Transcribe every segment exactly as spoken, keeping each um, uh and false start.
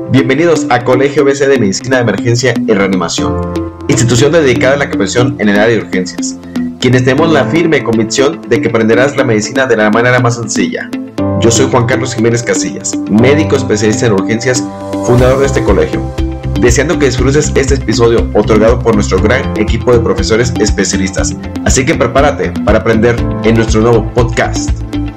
Bienvenidos a Colegio B C de Medicina de Emergencia y Reanimación, institución dedicada a la capacitación en el área de urgencias, quienes tenemos la firme convicción de que aprenderás la medicina de la manera más sencilla. Yo soy Juan Carlos Jiménez Casillas, médico especialista en urgencias, fundador de este colegio, deseando que disfrutes este episodio otorgado por nuestro gran equipo de profesores especialistas. Así que prepárate para aprender en nuestro nuevo podcast.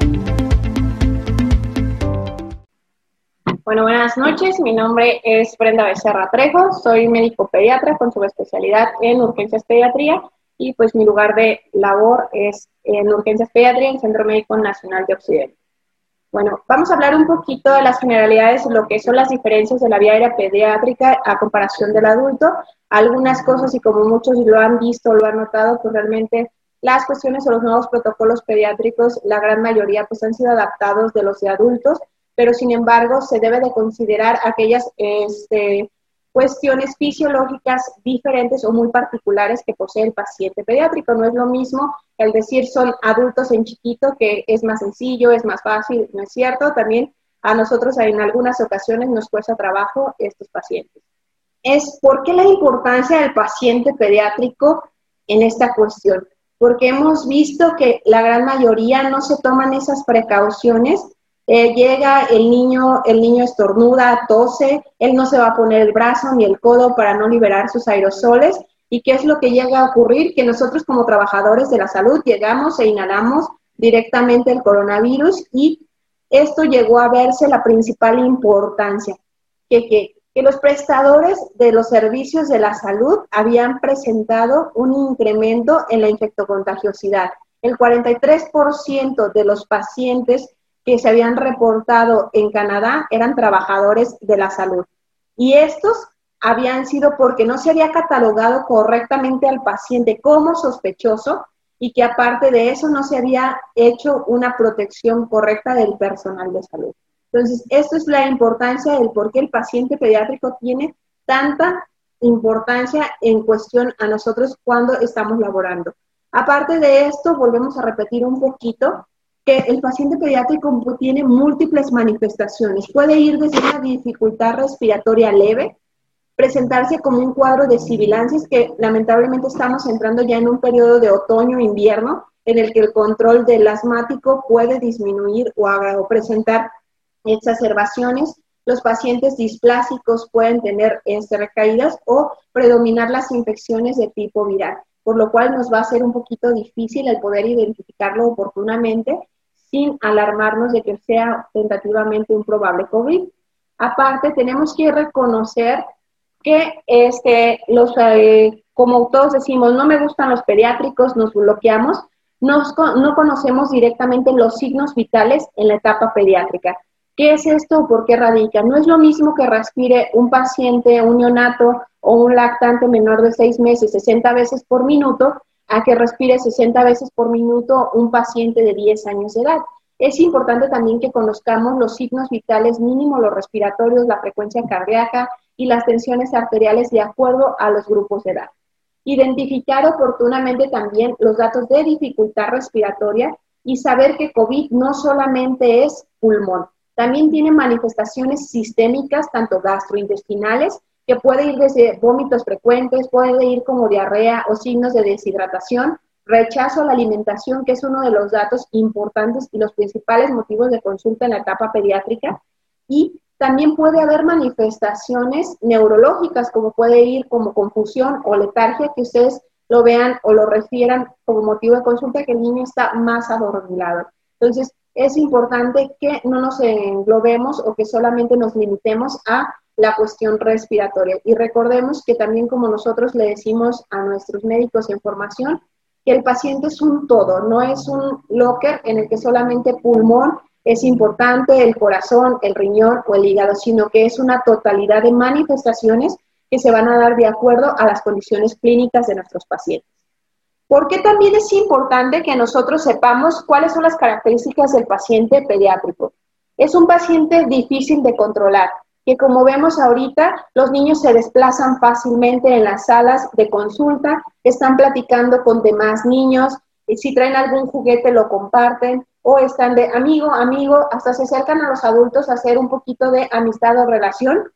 Bueno, buenas noches. Mi nombre es Brenda Becerra Trejo. Soy médico pediatra con subespecialidad en urgencias pediatría y pues mi lugar de labor es en urgencias pediatría en el Centro Médico Nacional de Occidente. Bueno, vamos a hablar un poquito de las generalidades, lo que son las diferencias de la vía aérea pediátrica a comparación del adulto. Algunas cosas, y como muchos lo han visto, lo han notado, pues realmente las cuestiones o los nuevos protocolos pediátricos, la gran mayoría pues han sido adaptados de los de adultos, pero sin embargo se debe de considerar aquellas este, cuestiones fisiológicas diferentes o muy particulares que posee el paciente pediátrico. No es lo mismo el decir son adultos en chiquito, que es más sencillo, es más fácil, no es cierto. También a nosotros en algunas ocasiones nos cuesta trabajo estos pacientes. Es ¿por qué la importancia del paciente pediátrico en esta cuestión? Porque hemos visto que la gran mayoría no se toman esas precauciones. Eh, llega el niño, el niño estornuda, tose, él no se va a poner el brazo ni el codo para no liberar sus aerosoles. ¿Y qué es lo que llega a ocurrir? Que nosotros como trabajadores de la salud llegamos e inhalamos directamente el coronavirus, y esto llegó a verse la principal importancia, que, que, que los prestadores de los servicios de la salud habían presentado un incremento en la infectocontagiosidad. El cuarenta y tres por ciento de los pacientes que se habían reportado en Canadá eran trabajadores de la salud. Y estos habían sido porque no se había catalogado correctamente al paciente como sospechoso, y que aparte de eso no se había hecho una protección correcta del personal de salud. Entonces, esto es la importancia del por qué el paciente pediátrico tiene tanta importancia en cuestión a nosotros cuando estamos laborando. Aparte de esto, volvemos a repetir un poquito, que el paciente pediátrico tiene múltiples manifestaciones. Puede ir desde una dificultad respiratoria leve, presentarse como un cuadro de sibilancias, que lamentablemente estamos entrando ya en un periodo de otoño-invierno, en el que el control del asmático puede disminuir o, o presentar exacerbaciones. Los pacientes displásicos pueden tener este, recaídas o predominar las infecciones de tipo viral, por lo cual nos va a ser un poquito difícil el poder identificarlo oportunamente sin alarmarnos de que sea tentativamente un probable COVID. Aparte, tenemos que reconocer que, este, los, eh, como todos decimos, no me gustan los pediátricos, nos bloqueamos, nos, no conocemos directamente los signos vitales en la etapa pediátrica. ¿Qué es esto o por qué radica? No es lo mismo que respire un paciente, un neonato o un lactante menor de seis meses sesenta veces por minuto, a que respire sesenta veces por minuto un paciente de diez años de edad. Es importante también que conozcamos los signos vitales mínimos, los respiratorios, la frecuencia cardíaca y las tensiones arteriales de acuerdo a los grupos de edad. Identificar oportunamente también los datos de dificultad respiratoria y saber que COVID no solamente es pulmón, también tiene manifestaciones sistémicas, tanto gastrointestinales, que puede ir desde vómitos frecuentes, puede ir como diarrea o signos de deshidratación, rechazo a la alimentación, que es uno de los datos importantes y los principales motivos de consulta en la etapa pediátrica, y también puede haber manifestaciones neurológicas, como puede ir como confusión o letargia, que ustedes lo vean o lo refieran como motivo de consulta, que el niño está más adormilado. Entonces, es importante que no nos englobemos o que solamente nos limitemos a la cuestión respiratoria. Y recordemos que también, como nosotros le decimos a nuestros médicos en formación, que el paciente es un todo, no es un locker en el que solamente pulmón es importante, el corazón, el riñón o el hígado, sino que es una totalidad de manifestaciones que se van a dar de acuerdo a las condiciones clínicas de nuestros pacientes. ¿Por qué también es importante que nosotros sepamos cuáles son las características del paciente pediátrico? Es un paciente difícil de controlar, que como vemos ahorita, los niños se desplazan fácilmente en las salas de consulta, están platicando con demás niños, y si traen algún juguete lo comparten, o están de amigo, amigo, hasta se acercan a los adultos a hacer un poquito de amistad o relación,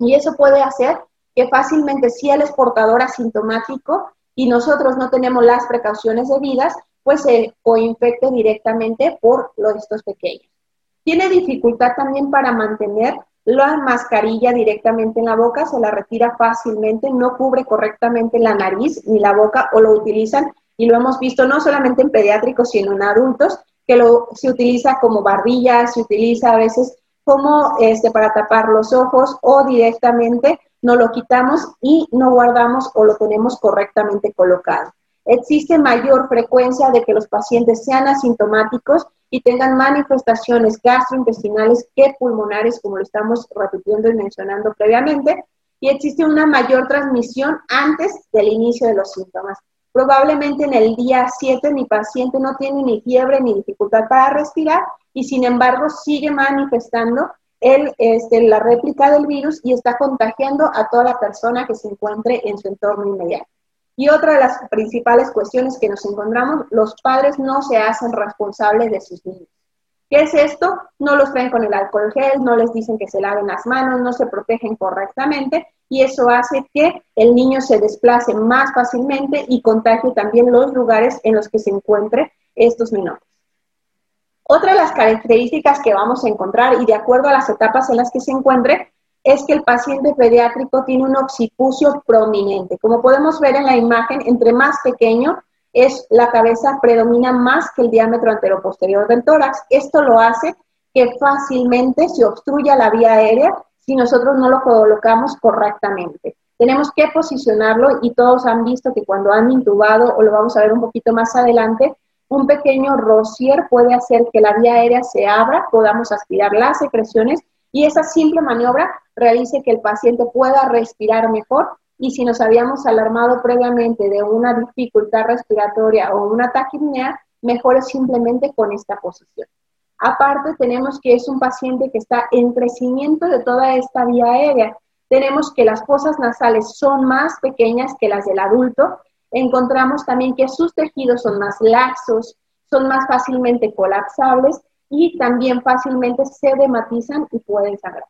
Y eso puede hacer que fácilmente, si él es portador asintomático y nosotros no tenemos las precauciones debidas, pues se coinfecte directamente por los, estos pequeños. Tiene dificultad también para mantener la mascarilla directamente en la boca, se la retira fácilmente, no cubre correctamente la nariz ni la boca, o lo utilizan, y lo hemos visto no solamente en pediátricos, sino en adultos, que lo, se utiliza como barbilla, se utiliza a veces como este, para tapar los ojos, o directamente no lo quitamos y no guardamos o lo tenemos correctamente colocado. Existe mayor frecuencia de que los pacientes sean asintomáticos y tengan manifestaciones gastrointestinales que pulmonares, como lo estamos repitiendo y mencionando previamente, y existe una mayor transmisión antes del inicio de los síntomas. Probablemente en el día siete mi paciente no tiene ni fiebre ni dificultad para respirar y sin embargo sigue manifestando el, este, la réplica del virus y está contagiando a toda la persona que se encuentre en su entorno inmediato. Y otra de las principales cuestiones que nos encontramos, los padres no se hacen responsables de sus niños. ¿Qué es esto? No los traen con el alcohol gel, no les dicen que se laven las manos, no se protegen correctamente y eso hace que el niño se desplace más fácilmente y contagie también los lugares en los que se encuentren estos menores. Otra de las características que vamos a encontrar y de acuerdo a las etapas en las que se encuentre es que el paciente pediátrico tiene un occipucio prominente. Como podemos ver en la imagen, entre más pequeño es la cabeza, predomina más que el diámetro anteroposterior del tórax. Esto lo hace que fácilmente se obstruya la vía aérea si nosotros no lo colocamos correctamente. Tenemos que posicionarlo y todos han visto que cuando han intubado, o lo vamos a ver un poquito más adelante, un pequeño rocier puede hacer que la vía aérea se abra, podamos aspirar las secreciones y esa simple maniobra realice que el paciente pueda respirar mejor y si nos habíamos alarmado previamente de una dificultad respiratoria o una taquipnea, mejor es simplemente con esta posición. Aparte tenemos que es un paciente que está en crecimiento de toda esta vía aérea. Tenemos que las fosas nasales son más pequeñas que las del adulto. Encontramos también que sus tejidos son más laxos, son más fácilmente colapsables y también fácilmente se edematizan y pueden sangrar.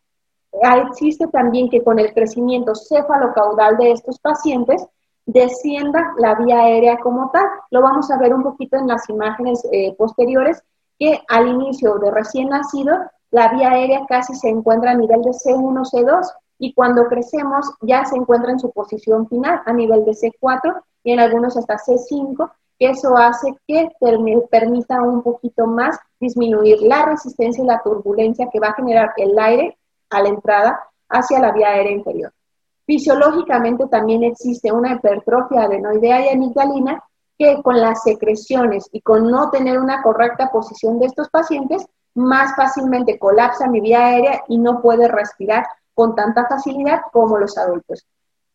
Existe también que con el crecimiento cefalocaudal de estos pacientes descienda la vía aérea como tal. Lo vamos a ver un poquito en las imágenes eh, posteriores, que al inicio de recién nacido, la vía aérea casi se encuentra a nivel de C uno, C dos, y cuando crecemos ya se encuentra en su posición final a nivel de C cuatro y en algunos hasta C cinco, que eso hace que permita un poquito más disminuir la resistencia y la turbulencia que va a generar el aire a la entrada hacia la vía aérea inferior. Fisiológicamente también existe una hipertrofia adenoidea y amigdalina que con las secreciones y con no tener una correcta posición de estos pacientes, más fácilmente colapsa mi vía aérea y no puede respirar con tanta facilidad como los adultos.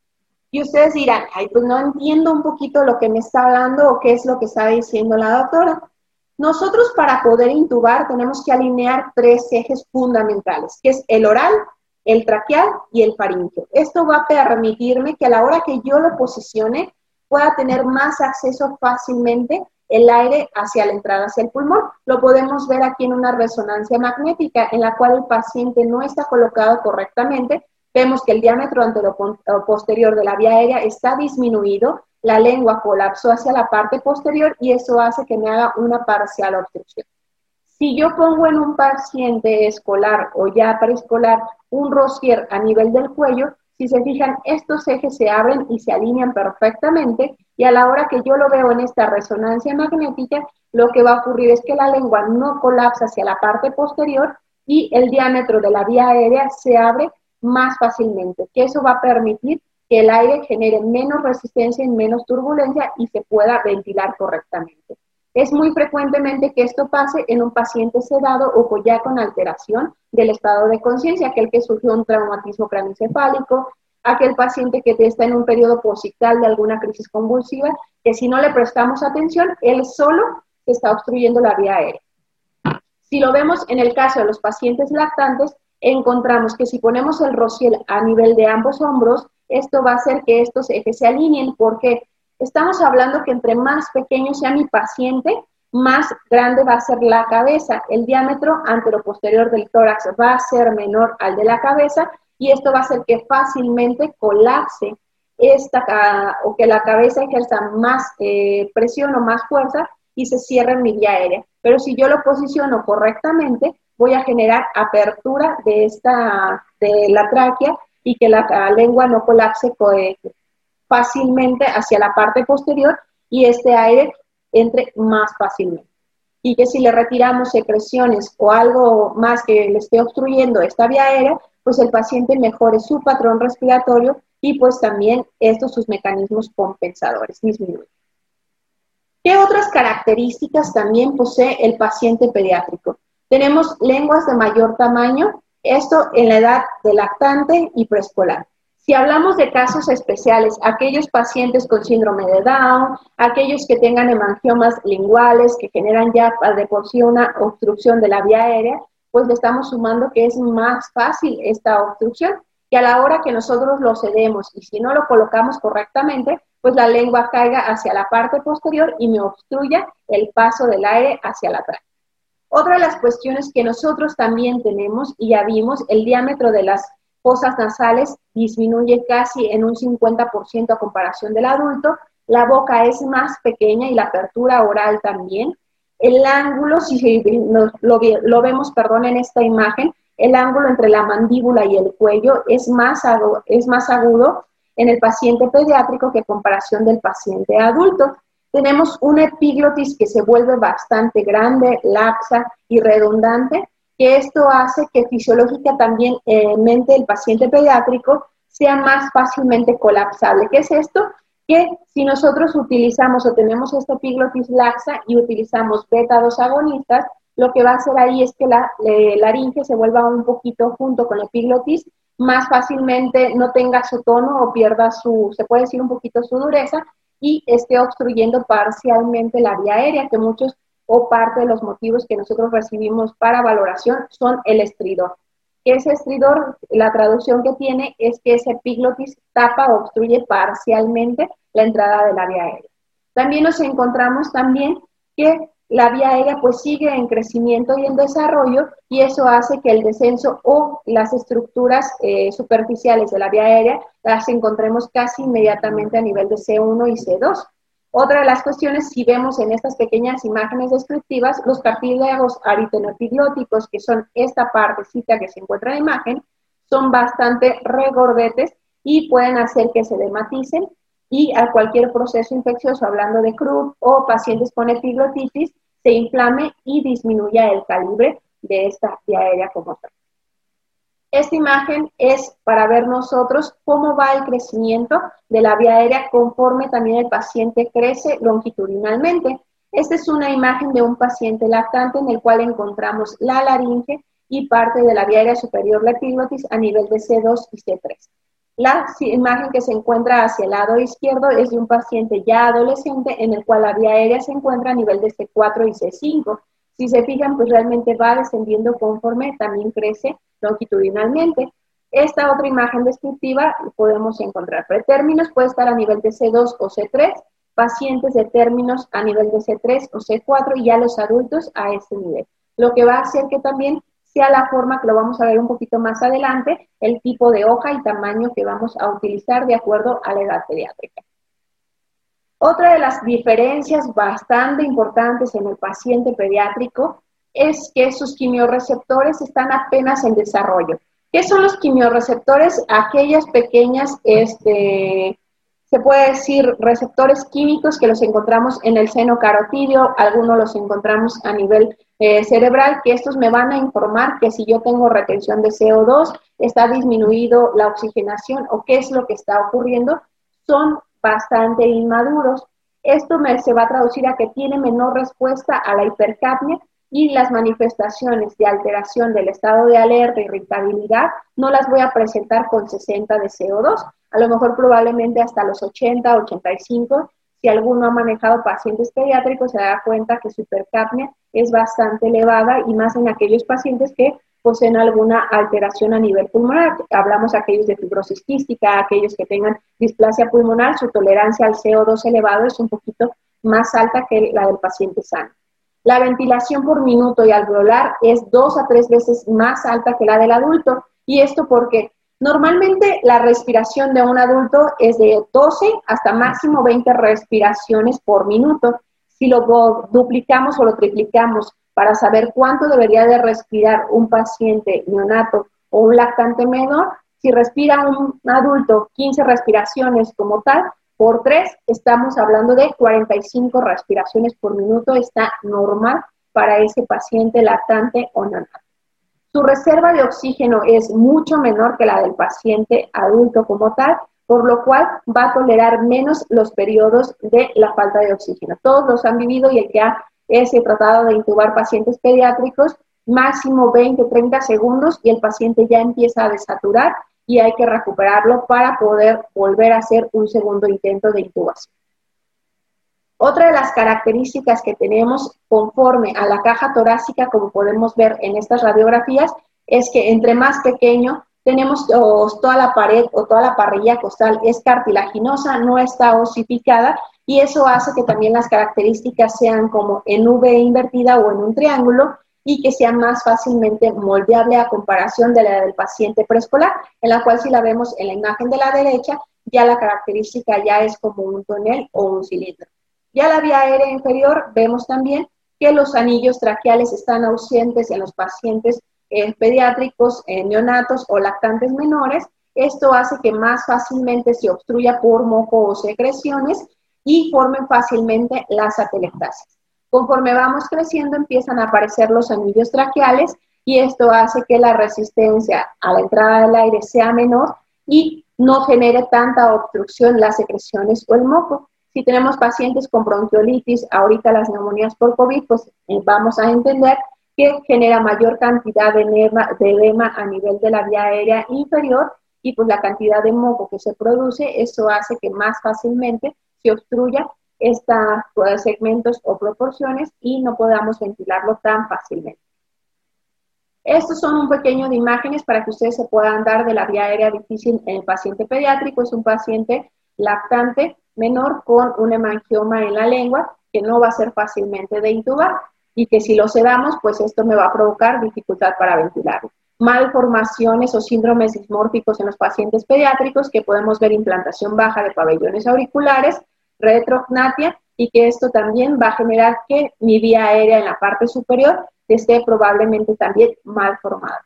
Y ustedes dirán, ay, pues no entiendo un poquito lo que me está hablando o qué es lo que está diciendo la doctora. Nosotros para poder intubar tenemos que alinear tres ejes fundamentales, que es el oral, el traqueal y el faríngeo. Esto va a permitirme que a la hora que yo lo posicione pueda tener más acceso fácilmente el aire hacia la entrada, hacia el pulmón. Lo podemos ver aquí en una resonancia magnética en la cual el paciente no está colocado correctamente. Vemos que el diámetro anteroposterior de la vía aérea está disminuido, la lengua colapsó hacia la parte posterior y eso hace que me haga una parcial obstrucción. Si yo pongo en un paciente escolar o ya preescolar un rocier a nivel del cuello, si se fijan, estos ejes se abren y se alinean perfectamente y a la hora que yo lo veo en esta resonancia magnética, lo que va a ocurrir es que la lengua no colapsa hacia la parte posterior y el diámetro de la vía aérea se abre más fácilmente, que eso va a permitir que el aire genere menos resistencia y menos turbulencia y se pueda ventilar correctamente. Es muy frecuentemente que esto pase en un paciente sedado o ya con alteración del estado de conciencia, aquel que sufrió un traumatismo craneoencefálico, aquel paciente que está en un periodo posictal de alguna crisis convulsiva, que si no le prestamos atención, él solo se está obstruyendo la vía aérea. Si lo vemos en el caso de los pacientes lactantes, encontramos que si ponemos el rociel a nivel de ambos hombros, esto va a hacer que estos ejes se alineen, porque estamos hablando que entre más pequeño sea mi paciente, más grande va a ser la cabeza. El diámetro anteroposterior del tórax va a ser menor al de la cabeza y esto va a hacer que fácilmente colapse esta, o que la cabeza ejerza más eh, presión o más fuerza y se cierre mi vía aérea. Pero si yo lo posiciono correctamente, voy a generar apertura de, esta, de la tráquea y que la, la lengua no colapse fácilmente hacia la parte posterior y este aire entre más fácilmente. Y que si le retiramos secreciones o algo más que le esté obstruyendo esta vía aérea, pues el paciente mejore su patrón respiratorio y pues también estos sus mecanismos compensadores disminuyen. ¿Qué otras características también posee el paciente pediátrico? Tenemos lenguas de mayor tamaño, esto en la edad de lactante y preescolar. Si hablamos de casos especiales, aquellos pacientes con síndrome de Down, aquellos que tengan hemangiomas linguales que generan ya de por sí una obstrucción de la vía aérea, pues le estamos sumando que es más fácil esta obstrucción, que a la hora que nosotros lo cedemos y si no lo colocamos correctamente, pues la lengua caiga hacia la parte posterior y me obstruya el paso del aire hacia la tráquea. Otra de las cuestiones que nosotros también tenemos, y ya vimos, el diámetro de las fosas nasales disminuye casi en un cincuenta por ciento a comparación del adulto, la boca es más pequeña y la apertura oral también. El ángulo, si lo, lo vemos perdón, en esta imagen, el ángulo entre la mandíbula y el cuello es más, agudo, es más agudo en el paciente pediátrico que en comparación del paciente adulto. Tenemos una epiglotis que se vuelve bastante grande, laxa y redundante, que esto hace que fisiológica también eh, mente el paciente pediátrico sea más fácilmente colapsable. ¿Qué es esto? Que si nosotros utilizamos o tenemos esta epiglotis laxa y utilizamos beta dos agonistas, lo que va a hacer ahí es que la eh, laringe se vuelva un poquito junto con la epiglotis, más fácilmente no tenga su tono o pierda su, se puede decir un poquito su dureza, y esté obstruyendo parcialmente la vía aérea, que muchos o parte de los motivos que nosotros recibimos para valoración son el estridor. Ese estridor, la traducción que tiene es que ese epiglotis tapa o obstruye parcialmente la entrada de la vía aérea. También nos encontramos también que la vía aérea pues sigue en crecimiento y en desarrollo y eso hace que el descenso o las estructuras eh, superficiales de la vía aérea las encontremos casi inmediatamente a nivel de C uno y C dos. Otra de las cuestiones, si vemos en estas pequeñas imágenes descriptivas, los cartílagos aritenoepiglóticos, que son esta partecita que se encuentra en la imagen, son bastante regordetes y pueden hacer que se dematicen y a cualquier proceso infeccioso, hablando de Krupp o pacientes con epiglotitis, se inflame y disminuya el calibre de esta vía aérea como tal. Esta imagen es para ver nosotros cómo va el crecimiento de la vía aérea conforme también el paciente crece longitudinalmente. Esta es una imagen de un paciente lactante en el cual encontramos la laringe y parte de la vía aérea superior, la epiglotis, a nivel de C dos y C tres. La imagen que se encuentra hacia el lado izquierdo es de un paciente ya adolescente en el cual la vía aérea se encuentra a nivel de C cuatro y C cinco. Si se fijan, pues realmente va descendiendo conforme también crece longitudinalmente. Esta otra imagen descriptiva podemos encontrar pretérminos, puede estar a nivel de C dos o C tres, pacientes de términos a nivel de C tres o C cuatro y ya los adultos a este nivel. Lo que va a hacer que también sea la forma, que lo vamos a ver un poquito más adelante, el tipo de hoja y tamaño que vamos a utilizar de acuerdo a la edad pediátrica. Otra de las diferencias bastante importantes en el paciente pediátrico es que sus quimiorreceptores están apenas en desarrollo. ¿Qué son los quimiorreceptores? Aquellas pequeñas, este, se puede decir, receptores químicos que los encontramos en el seno carotídeo, algunos los encontramos a nivel eh, cerebral, que estos me van a informar que si yo tengo retención de C O dos, está disminuido la oxigenación o qué es lo que está ocurriendo, son bastante inmaduros. Esto me, se va a traducir a que tiene menor respuesta a la hipercapnia y las manifestaciones de alteración del estado de alerta, irritabilidad, no las voy a presentar con sesenta de C O dos, a lo mejor probablemente hasta los ochenta, ochenta y cinco. Si alguno ha manejado pacientes pediátricos se dará cuenta que su hipercapnia es bastante elevada y más en aquellos pacientes que poseen alguna alteración a nivel pulmonar. Hablamos de aquellos de fibrosis quística, aquellos que tengan displasia pulmonar, su tolerancia al C O dos elevado es un poquito más alta que la del paciente sano. La ventilación por minuto y alveolar es dos a tres veces más alta que la del adulto. ¿Y esto por qué? Normalmente la respiración de un adulto es de doce hasta máximo veinte respiraciones por minuto. Si lo duplicamos o lo triplicamos para saber cuánto debería de respirar un paciente neonato o un lactante menor, si respira un adulto quince respiraciones como tal, por tres estamos hablando de cuarenta y cinco respiraciones por minuto, está normal para ese paciente lactante o neonato. Su reserva de oxígeno es mucho menor que la del paciente adulto como tal, por lo cual va a tolerar menos los periodos de la falta de oxígeno. Todos los han vivido y el que ha ese tratado de intubar pacientes pediátricos, máximo veinte a treinta segundos y el paciente ya empieza a desaturar y hay que recuperarlo para poder volver a hacer un segundo intento de intubación. Otra de las características que tenemos conforme a la caja torácica, como podemos ver en estas radiografías, es que entre más pequeño tenemos oh, toda la pared o toda la parrilla costal es cartilaginosa, no está osificada y eso hace que también las características sean como en V invertida o en un triángulo y que sea más fácilmente moldeable a comparación de la del paciente preescolar, en la cual si la vemos en la imagen de la derecha, ya la característica ya es como un tonel o un cilindro. Ya la vía aérea inferior vemos también que los anillos traqueales están ausentes en los pacientes eh, pediátricos, eh, neonatos o lactantes menores. Esto hace que más fácilmente se obstruya por moco o secreciones y formen fácilmente las atelectasias. Conforme vamos creciendo empiezan a aparecer los anillos traqueales y esto hace que la resistencia a la entrada del aire sea menor y no genere tanta obstrucción las secreciones o el moco. Si tenemos pacientes con bronquiolitis, ahorita las neumonías por COVID, pues eh, vamos a entender que genera mayor cantidad de edema, de edema a nivel de la vía aérea inferior y pues la cantidad de moco que se produce, eso hace que más fácilmente se obstruya estos segmentos o proporciones y no podamos ventilarlo tan fácilmente. Estos son un pequeño de imágenes para que ustedes se puedan dar de la vía aérea difícil en el paciente pediátrico. Es un paciente lactante menor con un hemangioma en la lengua que no va a ser fácilmente de intubar y que si lo sedamos, pues esto me va a provocar dificultad para ventilarlo. Malformaciones o síndromes dismórficos en los pacientes pediátricos que podemos ver implantación baja de pabellones auriculares, retrognatia y que esto también va a generar que mi vía aérea en la parte superior esté probablemente también mal formada.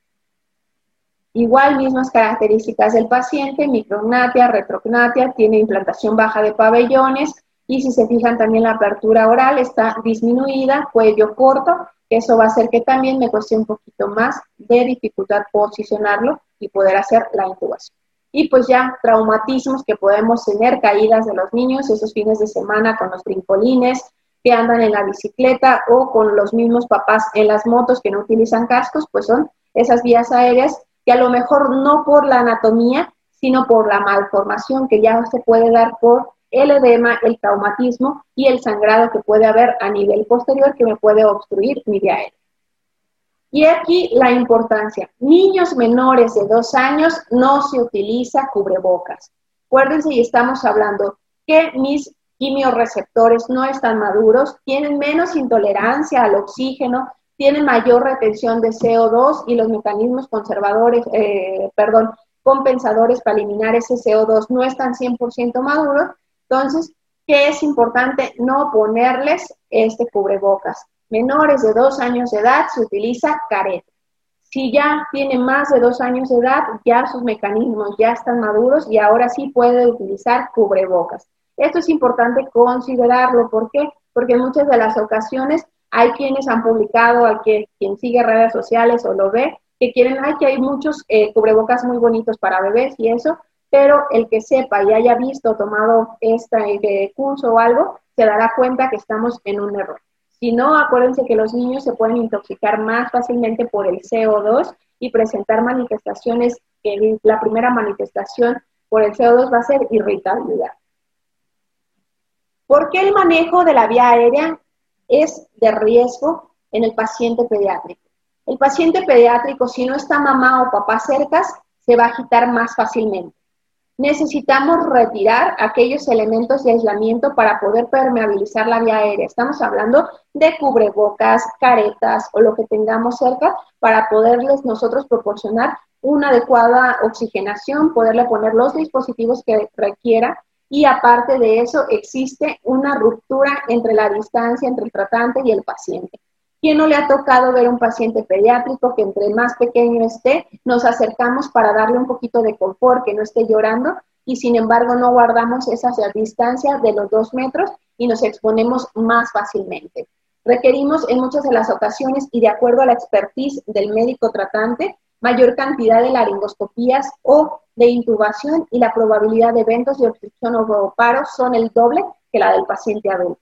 Igual, mismas características del paciente, micrognatia, retrognatia, tiene implantación baja de pabellones y si se fijan también la apertura oral está disminuida, cuello corto, eso va a hacer que también me cueste un poquito más de dificultad posicionarlo y poder hacer la intubación. Y pues ya traumatismos que podemos tener, caídas de los niños, esos fines de semana con los brincolines, que andan en la bicicleta o con los mismos papás en las motos que no utilizan cascos, pues son esas vías aéreas que a lo mejor no por la anatomía, sino por la malformación que ya se puede dar por el edema, el traumatismo y el sangrado que puede haber a nivel posterior que me puede obstruir mi vía aérea. Y aquí la importancia. Niños menores de dos años no se utiliza cubrebocas. Acuérdense, y estamos hablando que mis quimiorreceptores no están maduros, tienen menos intolerancia al oxígeno, tienen mayor retención de C O dos y los mecanismos conservadores, eh, perdón, compensadores para eliminar ese C O dos no están cien por ciento maduros. Entonces, ¿qué es importante? No ponerles este cubrebocas. Menores de dos años de edad se utiliza careta. Si ya tiene más de dos años de edad, ya sus mecanismos ya están maduros y ahora sí puede utilizar cubrebocas. Esto es importante considerarlo. ¿Por qué? Porque en muchas de las ocasiones hay quienes han publicado, hay que, quien sigue redes sociales o lo ve, que quieren, ay, que hay muchos eh, cubrebocas muy bonitos para bebés y eso, pero el que sepa y haya visto o tomado este eh, curso o algo, se dará cuenta que estamos en un error. Si no, acuérdense que los niños se pueden intoxicar más fácilmente por el C O dos y presentar manifestaciones, que la primera manifestación por el C O dos va a ser irritabilidad. ¿Por qué el manejo de la vía aérea es de riesgo en el paciente pediátrico? El paciente pediátrico, si no está mamá o papá cercas, se va a agitar más fácilmente. necesitamos retirar aquellos elementos de aislamiento para poder permeabilizar la vía aérea. Estamos hablando de cubrebocas, caretas o lo que tengamos cerca para poderles nosotros proporcionar una adecuada oxigenación, poderle poner los dispositivos que requiera, y aparte de eso existe una ruptura entre la distancia entre el tratante y el paciente. ¿Quién no le ha tocado ver un paciente pediátrico que entre más pequeño esté, nos acercamos para darle un poquito de confort, que no esté llorando, y sin embargo no guardamos esa distancia de los dos metros y nos exponemos más fácilmente? Requerimos en muchas de las ocasiones, y de acuerdo a la expertise del médico tratante, mayor cantidad de laringoscopías o de intubación, y la probabilidad de eventos de obstrucción o paro son el doble que la del paciente adulto.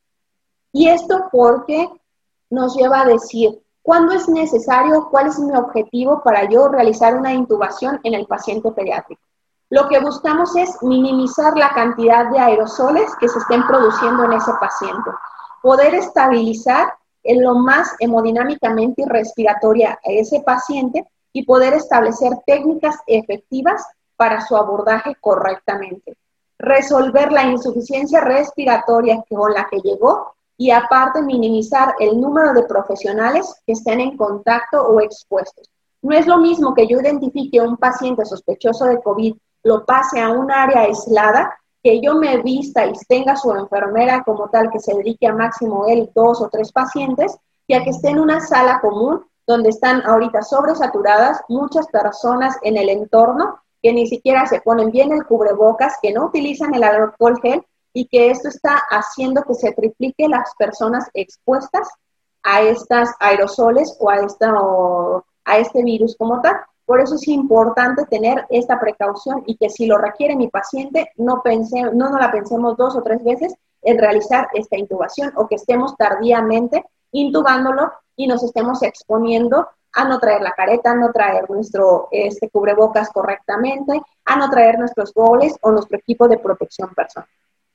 Y esto porque nos lleva a decir, ¿cuándo es necesario? ¿Cuál es mi objetivo para yo realizar una intubación en el paciente pediátrico? Lo que buscamos es minimizar la cantidad de aerosoles que se estén produciendo en ese paciente, poder estabilizar en lo más hemodinámicamente y respiratoria a ese paciente y poder establecer técnicas efectivas para su abordaje correctamente. Resolver la insuficiencia respiratoria con la que llegó, y aparte minimizar el número de profesionales que estén en contacto o expuestos. No es lo mismo que yo identifique a un paciente sospechoso de COVID, lo pase a un área aislada, que yo me vista y tenga su enfermera como tal que se dedique a máximo él dos o tres pacientes, y a que esté en una sala común donde están ahorita sobresaturadas muchas personas en el entorno que ni siquiera se ponen bien el cubrebocas, que no utilizan el alcohol gel, y que esto está haciendo que se triplique las personas expuestas a estas aerosoles o a, esta, o a este virus como tal. Por eso es importante tener esta precaución, y que si lo requiere mi paciente, no, pense, no, no la pensemos dos o tres veces en realizar esta intubación, o que estemos tardíamente intubándolo y nos estemos exponiendo a no traer la careta, a no traer nuestro este, cubrebocas correctamente, a no traer nuestros goles o nuestro equipo de protección personal.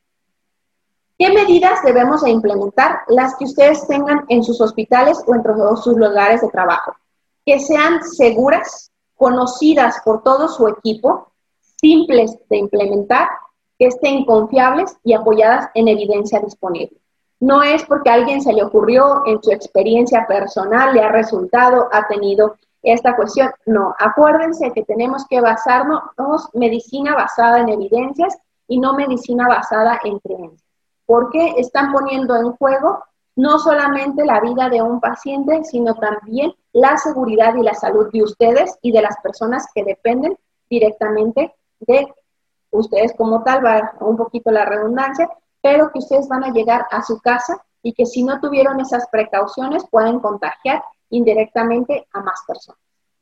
¿Qué medidas debemos de implementar? Las que ustedes tengan en sus hospitales o en sus lugares de trabajo. Que sean seguras, conocidas por todo su equipo, simples de implementar, que estén confiables y apoyadas en evidencia disponible. No es porque a alguien se le ocurrió, en su experiencia personal le ha resultado, ha tenido esta cuestión. No, acuérdense que tenemos que basarnos en medicina basada en evidencias y no medicina basada en creencias. Porque están poniendo en juego no solamente la vida de un paciente, sino también la seguridad y la salud de ustedes y de las personas que dependen directamente de ustedes como tal, va un poquito la redundancia, pero que ustedes van a llegar a su casa y que si no tuvieron esas precauciones pueden contagiar indirectamente a más personas.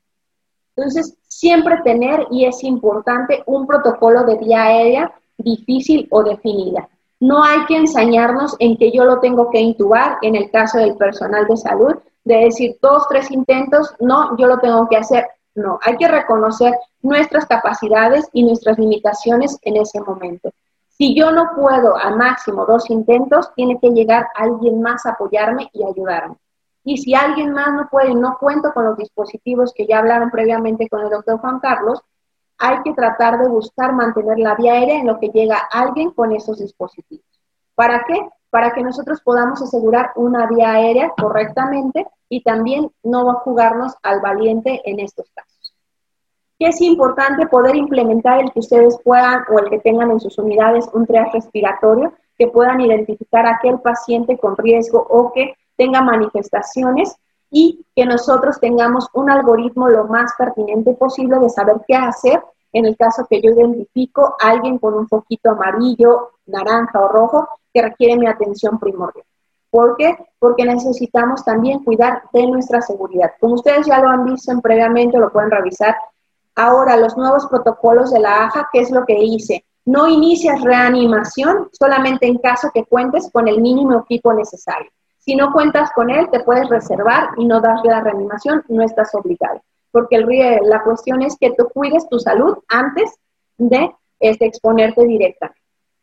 Entonces, siempre tener, y es importante, un protocolo de vía aérea difícil o definida. No hay que ensañarnos en que yo lo tengo que intubar, en el caso del personal de salud, de decir dos, tres intentos, no, yo lo tengo que hacer. No, hay que reconocer nuestras capacidades y nuestras limitaciones en ese momento. Si yo no puedo a máximo dos intentos, tiene que llegar alguien más a apoyarme y ayudarme. Y si alguien más no puede y no cuento con los dispositivos que ya hablaron previamente con el doctor Juan Carlos, hay que tratar de buscar mantener la vía aérea en lo que llega alguien con esos dispositivos. ¿Para qué? Para que nosotros podamos asegurar una vía aérea correctamente y también no jugarnos al valiente en estos casos. Que es importante poder implementar el que ustedes puedan o el que tengan en sus unidades un triage respiratorio, que puedan identificar a aquel paciente con riesgo o que tenga manifestaciones, y que nosotros tengamos un algoritmo lo más pertinente posible de saber qué hacer en el caso que yo identifico a alguien con un foquito amarillo, naranja o rojo que requiere mi atención primordial. ¿Por qué? Porque necesitamos también cuidar de nuestra seguridad. Como ustedes ya lo han visto en previamente, lo pueden revisar. Ahora, los nuevos protocolos de la A J A, ¿qué es lo que hice? No inicias reanimación solamente en caso que cuentes con el mínimo equipo necesario. Si no cuentas con él, te puedes reservar y no darle la reanimación, no estás obligado. Porque el, la cuestión es que tú cuides tu salud antes de este, exponerte directamente.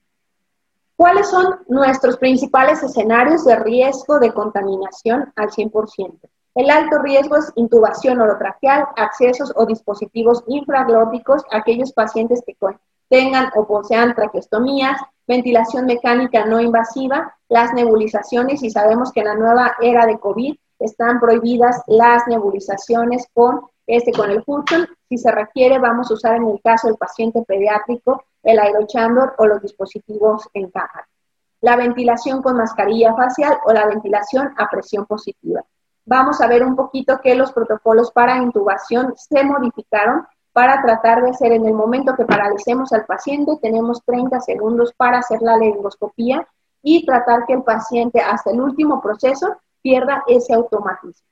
¿Cuáles son nuestros principales escenarios de riesgo de contaminación al cien por ciento? El alto riesgo es intubación orotraqueal, accesos o dispositivos infraglóticos, aquellos pacientes que tengan o posean traqueostomías, ventilación mecánica no invasiva, las nebulizaciones, y sabemos que en la nueva era de COVID están prohibidas las nebulizaciones con, este, con el Hudson. Si se requiere, vamos a usar en el caso del paciente pediátrico el aerochamber o los dispositivos en cámara. La ventilación con mascarilla facial o la ventilación a presión positiva. Vamos a ver un poquito que los protocolos para intubación se modificaron para tratar de hacer, en el momento que paralicemos al paciente, tenemos treinta segundos para hacer la laringoscopía y tratar que el paciente hasta el último proceso pierda ese automatismo.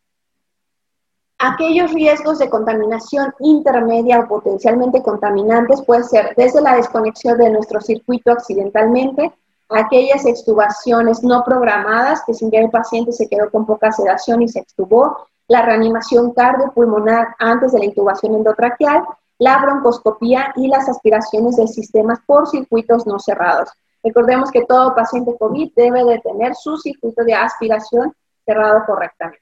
Aquellos riesgos de contaminación intermedia o potencialmente contaminantes pueden ser desde la desconexión de nuestro circuito accidentalmente, aquellas extubaciones no programadas, que sin querer el paciente se quedó con poca sedación y se extubó, la reanimación cardiopulmonar antes de la intubación endotraqueal, la broncoscopía y las aspiraciones de sistemas por circuitos no cerrados. Recordemos que todo paciente COVID debe de tener su circuito de aspiración cerrado correctamente.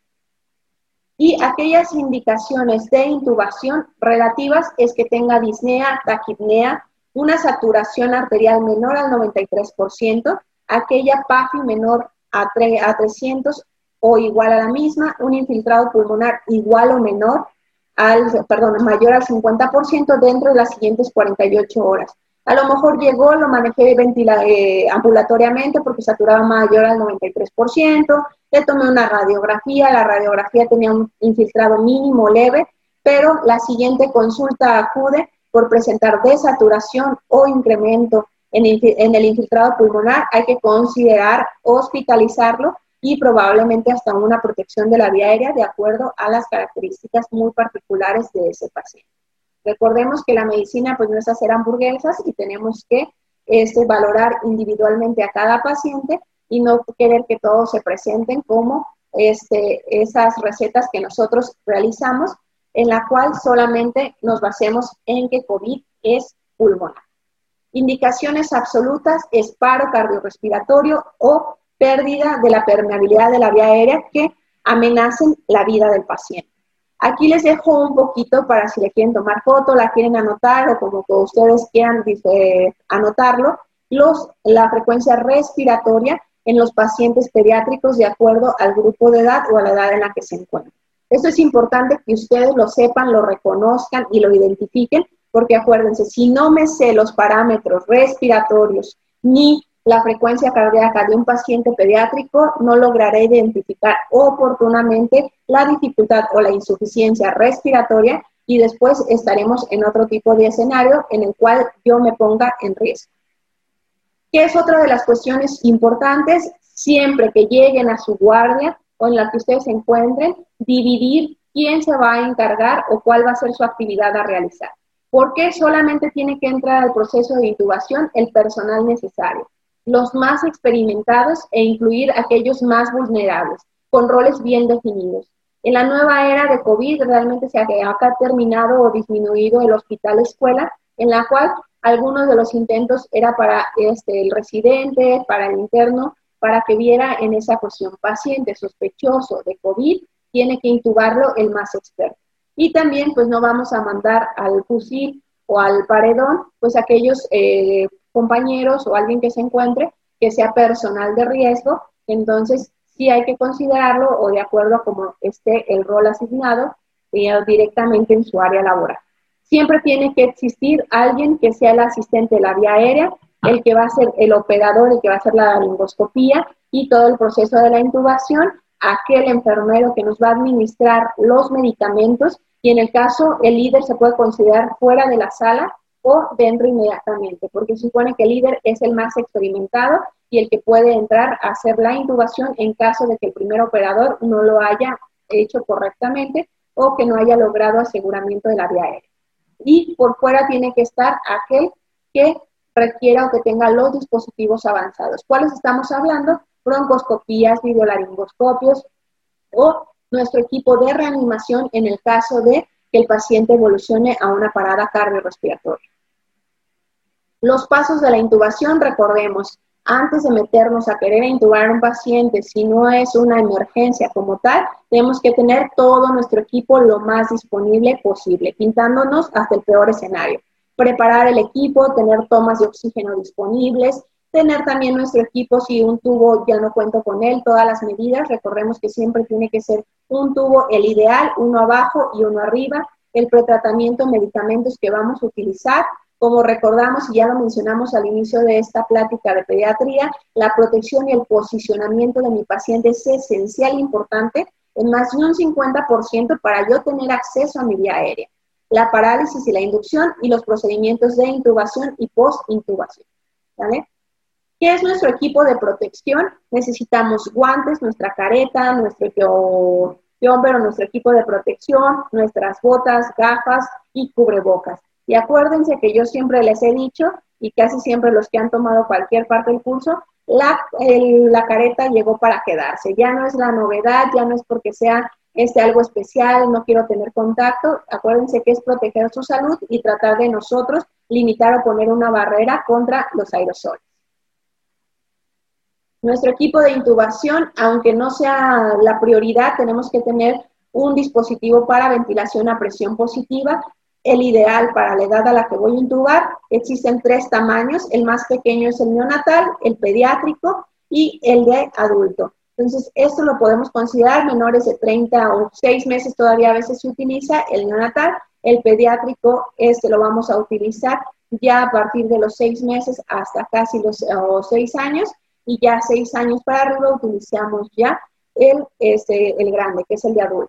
Y aquellas indicaciones de intubación relativas es que tenga disnea, taquipnea, una saturación arterial menor al noventa y tres por ciento, aquella P A F I menor a, a trescientos o igual a la misma, un infiltrado pulmonar igual o menor al, perdón, mayor al cincuenta por ciento dentro de las siguientes cuarenta y ocho horas. A lo mejor llegó, lo manejé ventila, eh, ambulatoriamente porque saturaba mayor al noventa y tres por ciento, le tomé una radiografía, la radiografía tenía un infiltrado mínimo leve, pero la siguiente consulta acude por presentar desaturación o incremento en, en el infiltrado pulmonar, hay que considerar hospitalizarlo y probablemente hasta una protección de la vía aérea de acuerdo a las características muy particulares de ese paciente. Recordemos que la medicina pues no es hacer hamburguesas y tenemos que este, valorar individualmente a cada paciente y no querer que todos se presenten como este, esas recetas que nosotros realizamos, en la cual solamente nos basemos en que COVID es pulmonar. Indicaciones absolutas es paro cardiorrespiratorio o pérdida de la permeabilidad de la vía aérea que amenacen la vida del paciente. Aquí les dejo un poquito para si le quieren tomar foto, la quieren anotar o como que ustedes quieran eh, anotarlo, los, la frecuencia respiratoria en los pacientes pediátricos de acuerdo al grupo de edad o a la edad en la que se encuentran. Esto es importante que ustedes lo sepan, lo reconozcan y lo identifiquen, porque acuérdense, si no me sé los parámetros respiratorios ni la frecuencia cardíaca de un paciente pediátrico, no lograré identificar oportunamente la dificultad o la insuficiencia respiratoria y después estaremos en otro tipo de escenario en el cual yo me ponga en riesgo. ¿Qué es otra de las cuestiones importantes? Siempre que lleguen a su guardia o en la que ustedes se encuentren, dividir quién se va a encargar o cuál va a ser su actividad a realizar. ¿Por qué solamente tiene que entrar al proceso de intubación el personal necesario? Los más experimentados e incluir aquellos más vulnerables, con roles bien definidos. En la nueva era de COVID realmente se ha, ha terminado o disminuido el hospital escuela, en la cual algunos de los intentos era para este, el residente, para el interno, para que viera en esa cuestión paciente sospechoso de COVID, tiene que intubarlo el más experto. Y también pues no vamos a mandar al fusil o al paredón, pues aquellos eh, compañeros o alguien que se encuentre que sea personal de riesgo, entonces sí hay que considerarlo o de acuerdo a cómo esté el rol asignado eh, directamente en su área laboral. Siempre tiene que existir alguien que sea el asistente de la vía aérea, el que va a ser el operador, el que va a hacer la laringoscopía y todo el proceso de la intubación, aquel enfermero que nos va a administrar los medicamentos y en el caso el líder se puede considerar fuera de la sala o dentro inmediatamente, porque se supone que el líder es el más experimentado y el que puede entrar a hacer la intubación en caso de que el primer operador no lo haya hecho correctamente o que no haya logrado aseguramiento de la vía aérea. Y por fuera tiene que estar aquel que requiera o que tenga los dispositivos avanzados. ¿Cuáles estamos hablando? Broncoscopías, videolaringoscopios o nuestro equipo de reanimación en el caso de que el paciente evolucione a una parada cardiorrespiratoria. Los pasos de la intubación, recordemos, antes de meternos a querer intubar a un paciente, si no es una emergencia como tal, tenemos que tener todo nuestro equipo lo más disponible posible, pintándonos hasta el peor escenario. preparar el equipo, tener tomas de oxígeno disponibles, tener también nuestro equipo, si un tubo ya no cuento con él, todas las medidas, recordemos que siempre tiene que ser un tubo, el ideal, uno abajo y uno arriba, el pretratamiento, medicamentos que vamos a utilizar, como recordamos y ya lo mencionamos al inicio de esta plática de pediatría, la protección y el posicionamiento de mi paciente es esencial e importante, en más de un cincuenta por ciento para yo tener acceso a mi vía aérea, la parálisis y la inducción y los procedimientos de intubación y post-intubación, ¿vale? ¿Qué es nuestro equipo de protección? Necesitamos guantes, nuestra careta, nuestro jumper, nuestro equipo de protección, nuestras botas, gafas y cubrebocas. Y acuérdense que yo siempre les he dicho, y casi siempre los que han tomado cualquier parte del curso, la, el, la careta llegó para quedarse. Ya no es la novedad, ya no es porque sea este, algo especial, no quiero tener contacto. Acuérdense que es proteger su salud y tratar de nosotros limitar o poner una barrera contra los aerosoles. Nuestro equipo de intubación, aunque no sea la prioridad, tenemos que tener un dispositivo para ventilación a presión positiva. El ideal para la edad a la que voy a intubar, existen tres tamaños, el más pequeño es el neonatal, el pediátrico y el de adulto. Entonces, esto lo podemos considerar menores de treinta o seis meses, todavía a veces se utiliza el neonatal, el pediátrico este lo vamos a utilizar ya a partir de los seis meses hasta casi los o seis años, y ya seis años para arriba utilizamos ya el, este, el grande, que es el de adulto.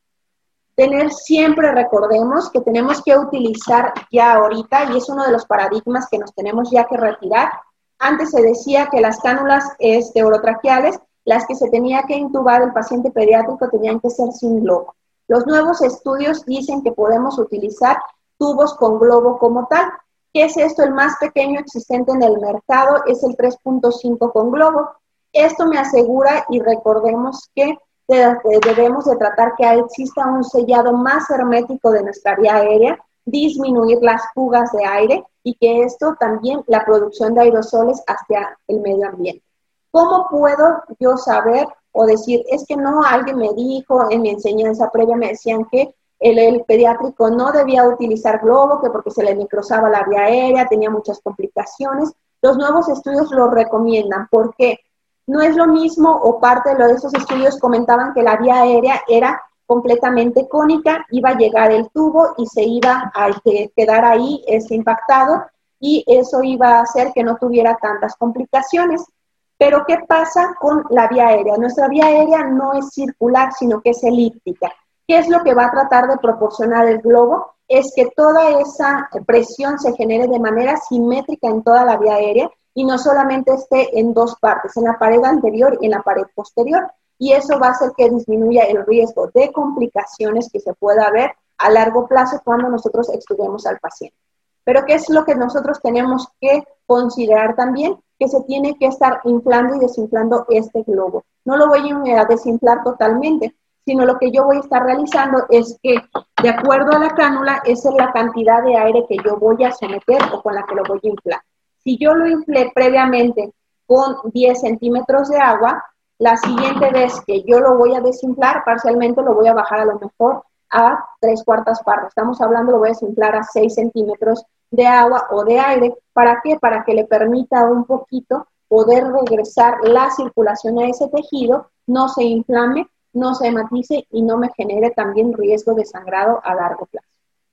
Tener siempre, recordemos que tenemos que utilizar ya ahorita, y es uno de los paradigmas que nos tenemos ya que retirar. Antes se decía que las cánulas este, orotraqueales, las que se tenía que intubar el paciente pediátrico, tenían que ser sin globo. Los nuevos estudios dicen que podemos utilizar tubos con globo como tal. ¿Qué es esto? El más pequeño existente en el mercado es el tres punto cinco con globo. Esto me asegura, y recordemos que debemos de tratar que exista un sellado más hermético de nuestra vía aérea, disminuir las fugas de aire y que esto también la producción de aerosoles hacia el medio ambiente. ¿Cómo puedo yo saber o decir, es que no, alguien me dijo, en mi enseñanza previa me decían que el, el pediátrico no debía utilizar globo, que porque se le necrosaba la vía aérea, tenía muchas complicaciones? Los nuevos estudios lo recomiendan. ¿Por qué? No es lo mismo, o parte de esos estudios comentaban que la vía aérea era completamente cónica, iba a llegar el tubo y se iba a quedar ahí este, impactado, y eso iba a hacer que no tuviera tantas complicaciones. Pero ¿qué pasa con la vía aérea? Nuestra vía aérea no es circular, sino que es elíptica. ¿Qué es lo que va a tratar de proporcionar el globo? Es que toda esa presión se genere de manera simétrica en toda la vía aérea, y no solamente esté en dos partes, en la pared anterior y en la pared posterior. Y eso va a hacer que disminuya el riesgo de complicaciones que se pueda ver a largo plazo cuando nosotros extubemos al paciente. Pero ¿qué es lo que nosotros tenemos que considerar también? Que se tiene que estar inflando y desinflando este globo. No lo voy a desinflar totalmente, sino lo que yo voy a estar realizando es que, de acuerdo a la cánula, esa es la cantidad de aire que yo voy a someter o con la que lo voy a inflar. Si yo lo inflé previamente con diez centímetros de agua, la siguiente vez que yo lo voy a desinflar, parcialmente lo voy a bajar a lo mejor a tres cuartas partes. Estamos hablando, lo voy a desinflar a seis centímetros de agua o de aire. ¿Para qué? Para que le permita un poquito poder regresar la circulación a ese tejido, no se inflame, no se hematice y no me genere también riesgo de sangrado a largo plazo.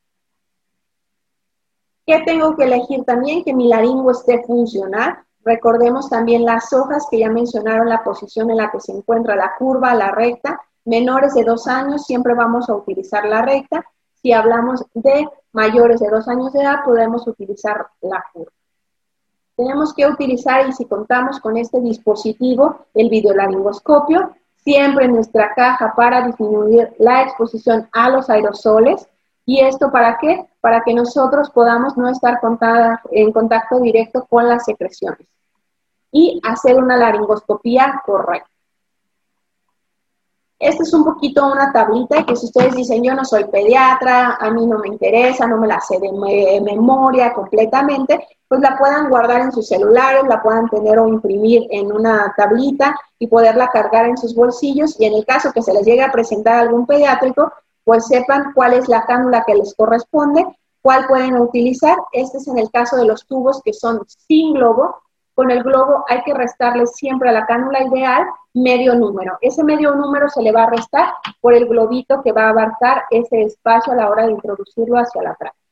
¿Qué tengo que elegir también? Que mi laringo esté funcional. Recordemos también las hojas que ya mencionaron, la posición en la que se encuentra la curva, la recta. Menores de dos años siempre vamos a utilizar la recta. Si hablamos de mayores de dos años de edad, podemos utilizar la curva. Tenemos que utilizar, y si contamos con este dispositivo, el videolaringoscopio, siempre en nuestra caja para disminuir la exposición a los aerosoles. ¿Y esto para qué? Para que nosotros podamos no estar en contacto directo con las secreciones y hacer una laringoscopía correcta. Esta es un poquito una tablita que si ustedes dicen, yo no soy pediatra, a mí no me interesa, no me la sé de me memoria completamente, pues la puedan guardar en sus celulares, la puedan tener o imprimir en una tablita y poderla cargar en sus bolsillos, y en el caso que se les llegue a presentar algún pediátrico, pues sepan cuál es la cánula que les corresponde, ¿Cuál pueden utilizar? Este es en el caso de los tubos que son sin globo. Con el globo hay que restarle siempre a la cánula ideal medio número. Ese medio número se le va a restar por el globito que va a abarcar ese espacio a la hora de introducirlo hacia la práctica.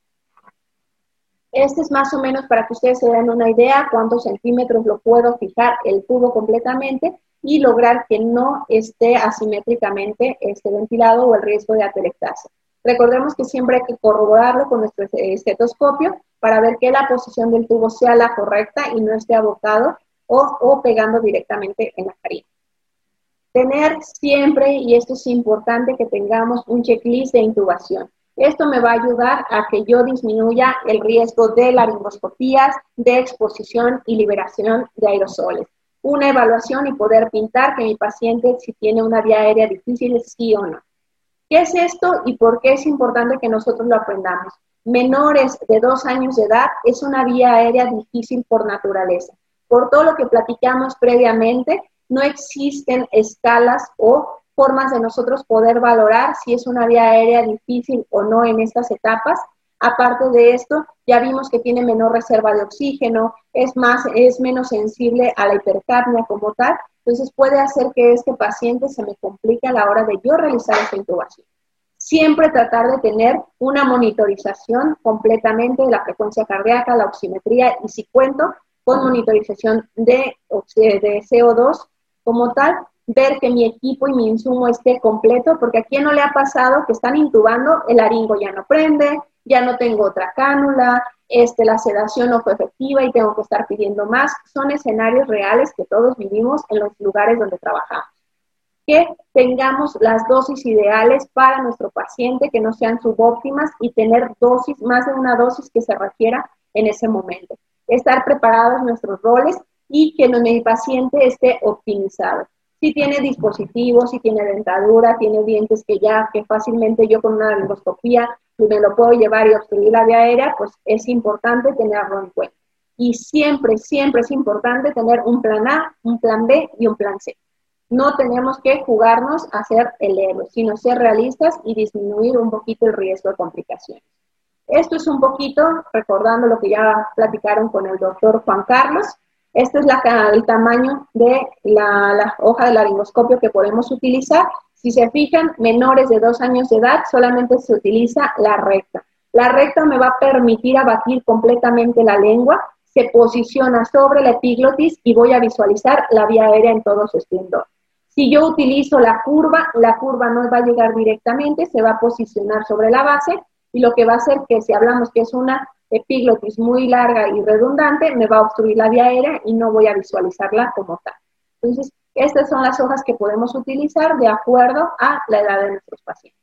Este es más o menos para que ustedes se den una idea cuántos centímetros lo puedo fijar el tubo completamente y lograr que no esté asimétricamente este ventilado o el riesgo de atelectasia. Recordemos que siempre hay que corroborarlo con nuestro estetoscopio para ver que la posición del tubo sea la correcta y no esté abocado o, o pegando directamente en la farina. Tener siempre, y esto es importante, que tengamos un checklist de intubación. Esto me va a ayudar a que yo disminuya el riesgo de laringoscopías, de exposición y liberación de aerosoles. Una evaluación y poder pintar que mi paciente, si tiene una vía aérea difícil, sí o no. ¿Qué es esto y por qué es importante que nosotros lo aprendamos? Menores de dos años de edad es una vía aérea difícil por naturaleza. Por todo lo que platicamos previamente, no existen escalas o formas de nosotros poder valorar si es una vía aérea difícil o no en estas etapas. Aparte de esto, ya vimos que tiene menor reserva de oxígeno, es, más, es menos sensible a la hipercapnia como tal, entonces puede hacer que este paciente se me complique a la hora de yo realizar esta intubación. Siempre tratar de tener una monitorización completamente de la frecuencia cardíaca, la oximetría y si cuento con monitorización de, de C O dos como tal, ver que mi equipo y mi insumo esté completo, porque a quién no le ha pasado que están intubando, el laringo ya no prende, ya no tengo otra cánula, este, la sedación no fue efectiva y tengo que estar pidiendo más. Son escenarios reales que todos vivimos en los lugares donde trabajamos. Que tengamos las dosis ideales para nuestro paciente, que no sean subóptimas y tener dosis, más de una dosis que se requiera en ese momento. Estar preparados nuestros roles y que mi paciente esté optimizado. Si tiene dispositivos, si tiene dentadura, tiene dientes que ya, que fácilmente yo con una laringoscopía me lo puedo llevar y obstruir la vía aérea, pues es importante tenerlo en cuenta. Y siempre, siempre es importante tener un plan A, un plan B y un plan C. No tenemos que jugarnos a ser el héroe, sino ser realistas y disminuir un poquito el riesgo de complicaciones. Esto es un poquito, recordando lo que ya platicaron con el doctor Juan Carlos. Este es la, el tamaño de la, la hoja de laringoscopio que podemos utilizar. Si se fijan, menores de dos años de edad, solamente se utiliza la recta. La recta me va a permitir abatir completamente la lengua, se posiciona sobre la epiglotis y voy a visualizar la vía aérea en todo su esplendor. Si yo utilizo la curva, la curva no va a llegar directamente, se va a posicionar sobre la base y lo que va a hacer que si hablamos que es una epiglotis muy larga y redundante, me va a obstruir la vía aérea y no voy a visualizarla como tal. Entonces, estas son las hojas que podemos utilizar de acuerdo a la edad de nuestros pacientes.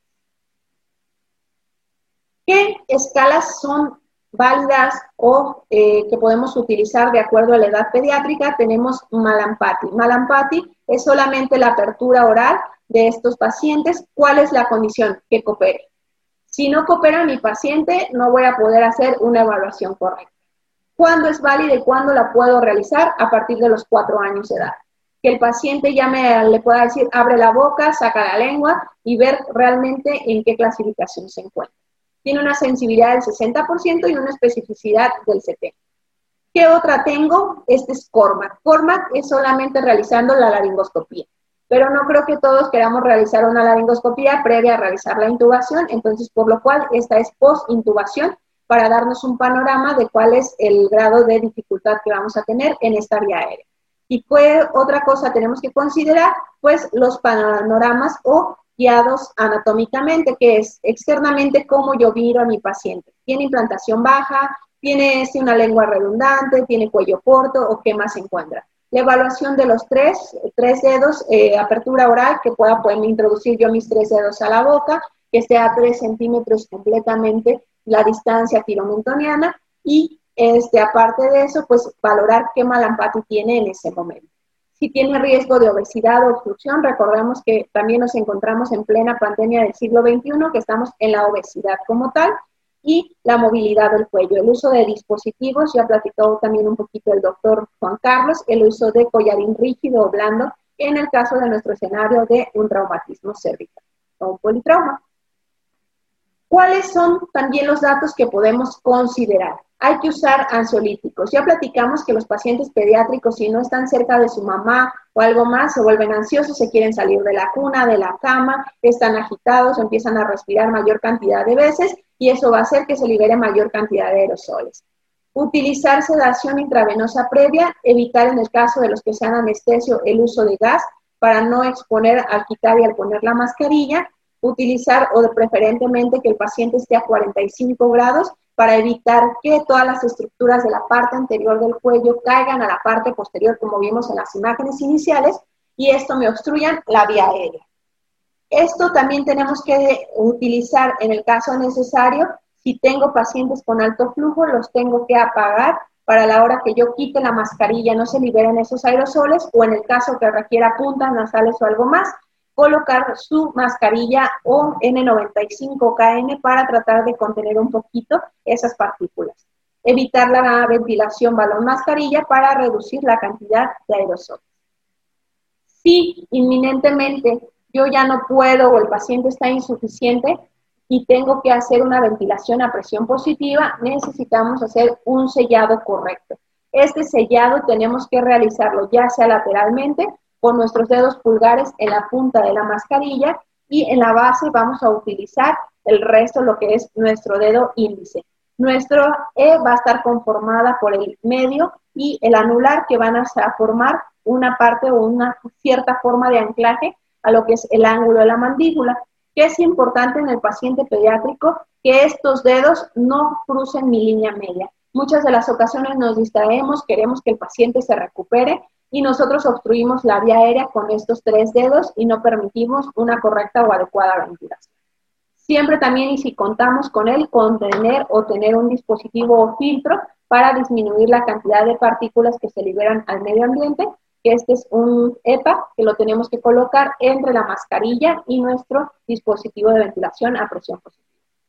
¿Qué escalas son válidas o eh, que podemos utilizar de acuerdo a la edad pediátrica? Tenemos Mallampati. Mallampati es solamente la apertura oral de estos pacientes. ¿Cuál es la condición? Que coopere. Si no coopera mi paciente, no voy a poder hacer una evaluación correcta. ¿Cuándo es válida y cuándo la puedo realizar? A partir de los cuatro años de edad. Que el paciente ya me le pueda decir, abre la boca, saca la lengua y ver realmente en qué clasificación se encuentra. Tiene una sensibilidad del sesenta por ciento y una especificidad del setenta por ciento. ¿Qué otra tengo? Este es CORMAC. CORMAC es solamente realizando la laringoscopía. Pero no creo que todos queramos realizar una laringoscopía previa a realizar la intubación, entonces por lo cual esta es post-intubación para darnos un panorama de cuál es el grado de dificultad que vamos a tener en esta vía aérea. ¿Y qué otra cosa tenemos que considerar? Pues los panoramas o guiados anatómicamente, que es externamente cómo yo miro a mi paciente. ¿Tiene implantación baja? ¿Tiene este, una lengua redundante? ¿Tiene cuello corto? ¿O qué más se encuentra? La evaluación de los tres, tres dedos, eh, apertura oral, que pueda poder introducir yo mis tres dedos a la boca, que esté a tres centímetros completamente la distancia filomentoniana y este, aparte de eso, pues valorar qué Mallampati tiene en ese momento. Si tiene riesgo de obesidad o obstrucción, recordemos que también nos encontramos en plena pandemia del siglo veintiuno, que estamos en la obesidad como tal, y la movilidad del cuello. El uso de dispositivos, ya platicó también un poquito el doctor Juan Carlos, el uso de collarín rígido o blando, en el caso de nuestro escenario de un traumatismo cervical o un politrauma. ¿Cuáles son también los datos que podemos considerar? Hay que usar ansiolíticos. Ya platicamos que los pacientes pediátricos, si no están cerca de su mamá o algo más, se vuelven ansiosos, se quieren salir de la cuna, de la cama, están agitados, empiezan a respirar mayor cantidad de veces y eso va a hacer que se libere mayor cantidad de aerosoles. Utilizar sedación intravenosa previa, evitar en el caso de los que sean anestesio el uso de gas para no exponer al quitar y al poner la mascarilla. Utilizar o de preferentemente que el paciente esté a cuarenta y cinco grados para evitar que todas las estructuras de la parte anterior del cuello caigan a la parte posterior, como vimos en las imágenes iniciales, y esto me obstruyan la vía aérea. Esto también tenemos que utilizar en el caso necesario. Si tengo pacientes con alto flujo, los tengo que apagar para la hora que yo quite la mascarilla no se liberen esos aerosoles, o en el caso que requiera puntas nasales o algo más, colocar su mascarilla o N noventa y cinco K N para tratar de contener un poquito esas partículas. Evitar la ventilación balón mascarilla para reducir la cantidad de aerosoles. Si inminentemente yo ya no puedo o el paciente está insuficiente y tengo que hacer una ventilación a presión positiva, necesitamos hacer un sellado correcto. Este sellado tenemos que realizarlo ya sea lateralmente, con nuestros dedos pulgares en la punta de la mascarilla y en la base vamos a utilizar el resto, lo que es nuestro dedo índice. Nuestro E va a estar conformada por el medio y el anular, que van a formar una parte o una cierta forma de anclaje a lo que es el ángulo de la mandíbula, que es importante en el paciente pediátrico que estos dedos no crucen mi línea media. Muchas de las ocasiones nos distraemos, queremos que el paciente se recupere, y nosotros obstruimos la vía aérea con estos tres dedos y no permitimos una correcta o adecuada ventilación. Siempre también, y si contamos con él, contener o tener un dispositivo o filtro para disminuir la cantidad de partículas que se liberan al medio ambiente, que este es un E P A que lo tenemos que colocar entre la mascarilla y nuestro dispositivo de ventilación a presión positiva.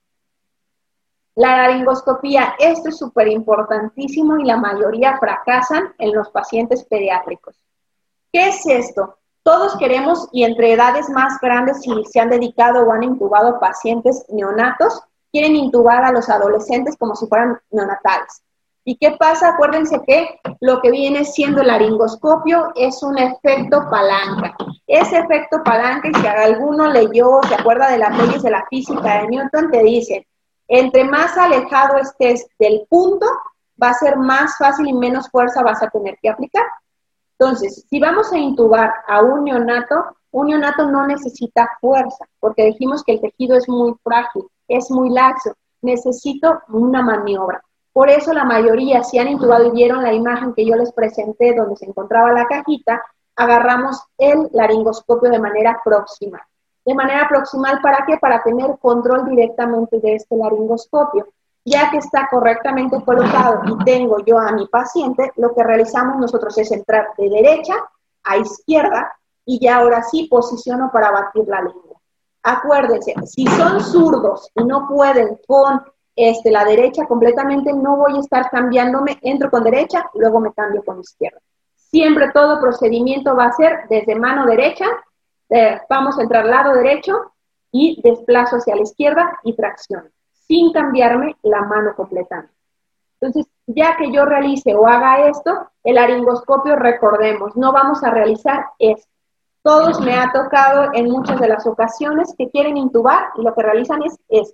La laringoscopía, esto es súper importantísimo y la mayoría fracasan en los pacientes pediátricos. ¿Qué es esto? Todos queremos, y entre edades más grandes, si se han dedicado o han intubado pacientes neonatos, quieren intubar a los adolescentes como si fueran neonatales. ¿Y qué pasa? Acuérdense que lo que viene siendo el laringoscopio es un efecto palanca. Ese efecto palanca, y si alguno leyó o se acuerda de las leyes de la física de Newton, te dicen: entre más alejado estés del punto, va a ser más fácil y menos fuerza vas a tener que aplicar. Entonces, si vamos a intubar a un neonato, un neonato no necesita fuerza, porque dijimos que el tejido es muy frágil, es muy laxo, necesito una maniobra. Por eso la mayoría, si han intubado y vieron la imagen que yo les presenté donde se encontraba la cajita, agarramos el laringoscopio de manera próxima. De manera proximal, ¿para qué? Para tener control directamente de este laringoscopio. Ya que está correctamente colocado y tengo yo a mi paciente, lo que realizamos nosotros es entrar de derecha a izquierda y ya ahora sí posiciono para batir la lengua. Acuérdense, si son zurdos y no pueden con este, la derecha completamente, no voy a estar cambiándome, entro con derecha, luego me cambio con izquierda. Siempre todo procedimiento va a ser desde mano derecha, eh, vamos a entrar lado derecho y desplazo hacia la izquierda y tracciono, sin cambiarme la mano completamente. Entonces, ya que yo realice o haga esto, el laringoscopio, recordemos, no vamos a realizar esto. Todos me ha tocado en muchas de las ocasiones que quieren intubar y lo que realizan es esto.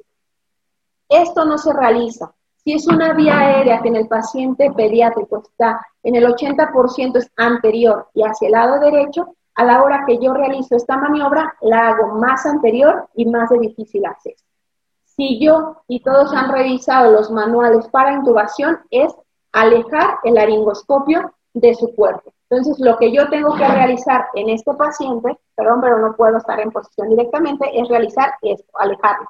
Esto no se realiza. Si es una vía aérea que en el paciente pediátrico está en el ochenta por ciento es anterior y hacia el lado derecho, a la hora que yo realizo esta maniobra, la hago más anterior y más de difícil acceso. Si yo, y todos han revisado los manuales para intubación, es alejar el laringoscopio de su cuerpo. Entonces, lo que yo tengo que realizar en este paciente, perdón, pero no puedo estar en posición directamente, es realizar esto, alejarlo.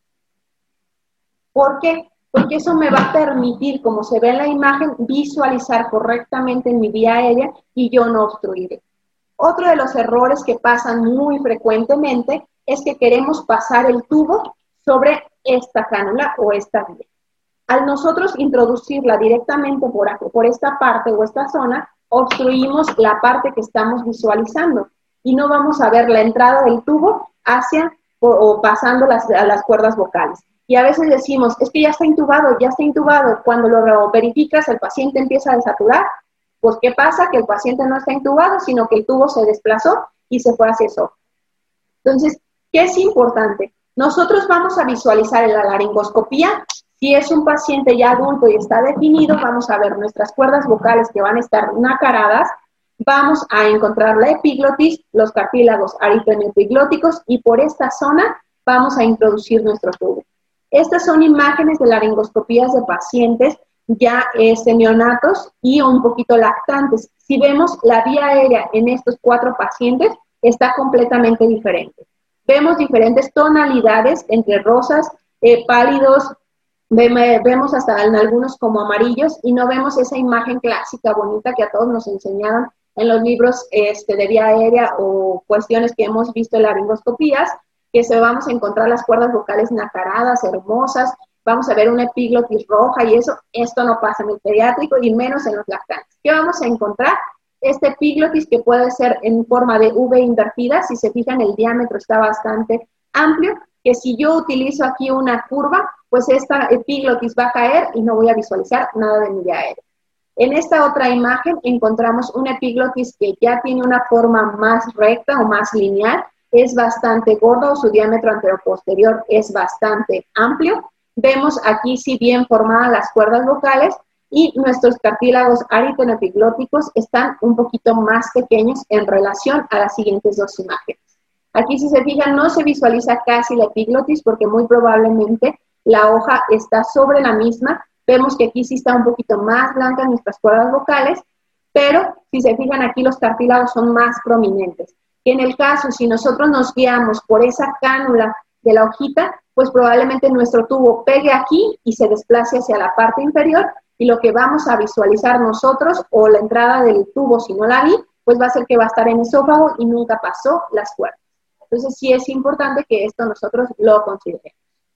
¿Por qué? Porque eso me va a permitir, como se ve en la imagen, visualizar correctamente en mi vía aérea y yo no obstruiré. Otro de los errores que pasan muy frecuentemente es que queremos pasar el tubo sobre esta cánula o esta vía. Al nosotros introducirla directamente por, aquí, por esta parte o esta zona, obstruimos la parte que estamos visualizando y no vamos a ver la entrada del tubo hacia o, o pasando las, a las cuerdas vocales. Y a veces decimos, es que ya está intubado, ya está intubado. Cuando lo verificas, el paciente empieza a desaturar. Pues, ¿qué pasa? Que el paciente no está intubado, sino que el tubo se desplazó y se fue hacia eso. Entonces, ¿qué es importante? Nosotros vamos a visualizar en la laringoscopía. Si es un paciente ya adulto y está definido, vamos a ver nuestras cuerdas vocales que van a estar nacaradas. Vamos a encontrar la epiglotis, los cartílagos aritenoepiglóticos y por esta zona vamos a introducir nuestro tubo. Estas son imágenes de laringoscopías de pacientes ya este, neonatos y un poquito lactantes. Si vemos la vía aérea en estos cuatro pacientes, está completamente diferente. Vemos diferentes tonalidades entre rosas, eh, pálidos, vemos hasta en algunos como amarillos y no vemos esa imagen clásica bonita que a todos nos enseñaron en los libros este, de vía aérea o cuestiones que hemos visto en laringoscopías, que se vamos a encontrar las cuerdas vocales nacaradas, hermosas, vamos a ver una epiglotis roja y eso, esto no pasa en el pediátrico y menos en los lactantes. ¿Qué vamos a encontrar? Este epiglotis que puede ser en forma de V invertida, si se fijan el diámetro está bastante amplio, que si yo utilizo aquí una curva, pues esta epiglotis va a caer y no voy a visualizar nada de mi vía aérea. En esta otra imagen encontramos una epiglotis que ya tiene una forma más recta o más lineal, es bastante gordo, su diámetro anteroposterior es bastante amplio. Vemos aquí sí bien formadas las cuerdas vocales y nuestros cartílagos aritenoepiglóticos están un poquito más pequeños en relación a las siguientes dos imágenes. Aquí si se fijan no se visualiza casi la epiglotis porque muy probablemente la hoja está sobre la misma. Vemos que aquí sí está un poquito más blanca en nuestras cuerdas vocales, pero si se fijan aquí los cartílagos son más prominentes. En el caso, si nosotros nos guiamos por esa cánula de la hojita, pues probablemente nuestro tubo pegue aquí y se desplace hacia la parte inferior y lo que vamos a visualizar nosotros o la entrada del tubo, si no la vi, pues va a ser que va a estar en esófago y nunca pasó las cuerdas. Entonces sí es importante que esto nosotros lo consideremos.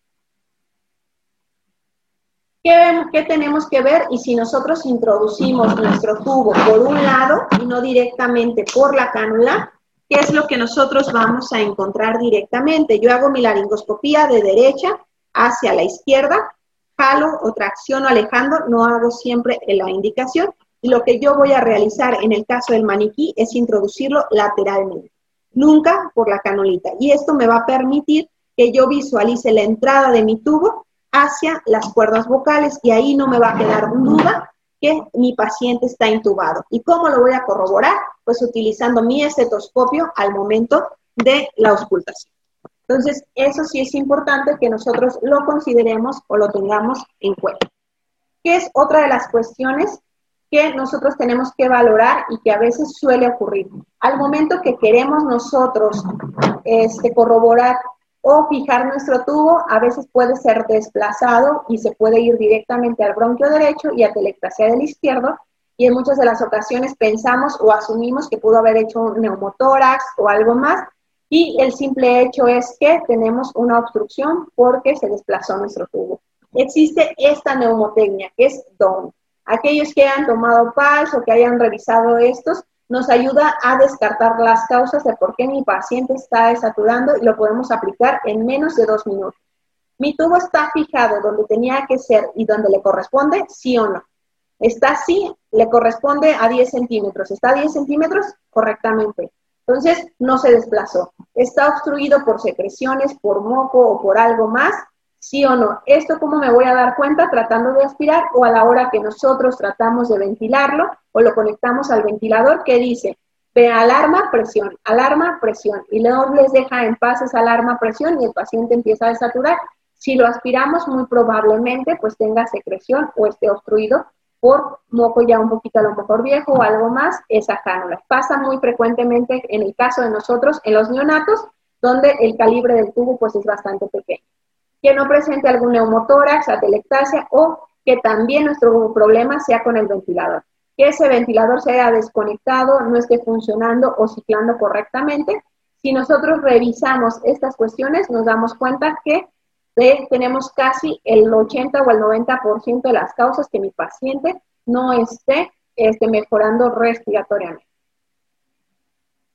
¿Qué, ¿Qué tenemos que ver? Y si nosotros introducimos nuestro tubo por un lado y no directamente por la cánula, ¿qué es lo que nosotros vamos a encontrar directamente? Yo hago mi laringoscopía de derecha hacia la izquierda, jalo o tracciono alejando, no hago siempre la indicación, y lo que yo voy a realizar en el caso del maniquí es introducirlo lateralmente, nunca por la canulita. Y esto me va a permitir que yo visualice la entrada de mi tubo hacia las cuerdas vocales y ahí no me va a quedar duda que mi paciente está intubado. ¿Y cómo lo voy a corroborar? Pues utilizando mi estetoscopio al momento de la auscultación. Entonces, eso sí es importante que nosotros lo consideremos o lo tengamos en cuenta. ¿Qué es otra de las cuestiones que nosotros tenemos que valorar y que a veces suele ocurrir? Al momento que queremos nosotros este, corroborar o fijar nuestro tubo, a veces puede ser desplazado y se puede ir directamente al bronquio derecho y a telectasia del izquierdo, y en muchas de las ocasiones pensamos o asumimos que pudo haber hecho un neumotórax o algo más, y el simple hecho es que tenemos una obstrucción porque se desplazó nuestro tubo. Existe esta neumotecnia, que es D O N. Aquellos que han tomado P A L S o que hayan revisado estos, nos ayuda a descartar las causas de por qué mi paciente está desaturando y lo podemos aplicar en menos de dos minutos. ¿Mi tubo está fijado donde tenía que ser y donde le corresponde? ¿Sí o no? ¿Está así? Le corresponde a diez centímetros. ¿Está a diez centímetros? Correctamente. Entonces, no se desplazó. ¿Está obstruido por secreciones, por moco o por algo más? ¿Sí o no? ¿Esto cómo me voy a dar cuenta? Tratando de aspirar o a la hora que nosotros tratamos de ventilarlo o lo conectamos al ventilador que dice, ve alarma, presión, alarma, presión. Y luego les deja en paz esa alarma, presión y el paciente empieza a desaturar. Si lo aspiramos, muy probablemente pues tenga secreción o esté obstruido por moco ya un poquito a lo mejor viejo o algo más, esa cánula. Pasa muy frecuentemente en el caso de nosotros, en los neonatos, donde el calibre del tubo pues es bastante pequeño. Que no presente algún neumotórax, atelectasia o que también nuestro problema sea con el ventilador. Que ese ventilador se haya desconectado, no esté funcionando o ciclando correctamente. Si nosotros revisamos estas cuestiones, nos damos cuenta que de, tenemos casi el ochenta o el noventa por ciento de las causas que mi paciente no esté, esté mejorando respiratoriamente.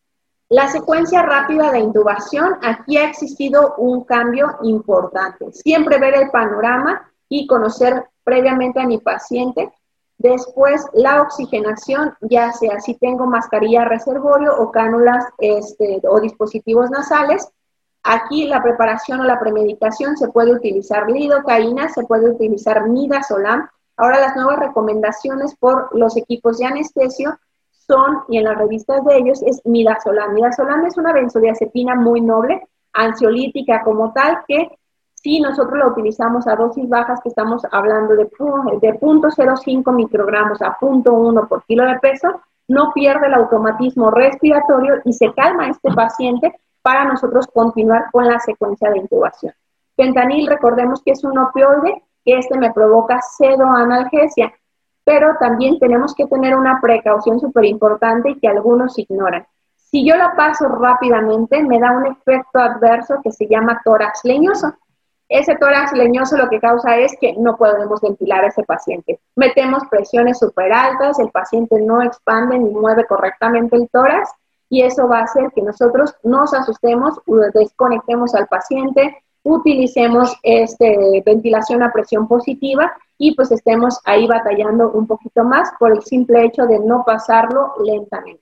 La secuencia rápida de intubación, aquí ha existido un cambio importante. Siempre ver el panorama y conocer previamente a mi paciente. Después, la oxigenación, ya sea si tengo mascarilla reservorio o cánulas este, o dispositivos nasales. Aquí la preparación o la premedicación se puede utilizar lidocaína, se puede utilizar midazolam. Ahora las nuevas recomendaciones por los equipos de anestesio son, y en las revistas de ellos, es midazolam. Midazolam es una benzodiazepina muy noble, ansiolítica como tal, que si nosotros la utilizamos a dosis bajas, que estamos hablando de, de punto cero cinco microgramos a punto uno por kilo de peso, no pierde el automatismo respiratorio y se calma este paciente para nosotros continuar con la secuencia de intubación. Fentanil, recordemos que es un opioide, que este me provoca pseudoanalgesia, pero también tenemos que tener una precaución súper importante y que algunos ignoran. Si yo la paso rápidamente, me da un efecto adverso que se llama tórax leñoso. Ese tórax leñoso lo que causa es que no podemos ventilar a ese paciente. Metemos presiones súper altas, el paciente no expande ni mueve correctamente el tórax y eso va a hacer que nosotros nos asustemos, desconectemos al paciente, utilicemos este, ventilación a presión positiva y pues estemos ahí batallando un poquito más por el simple hecho de no pasarlo lentamente.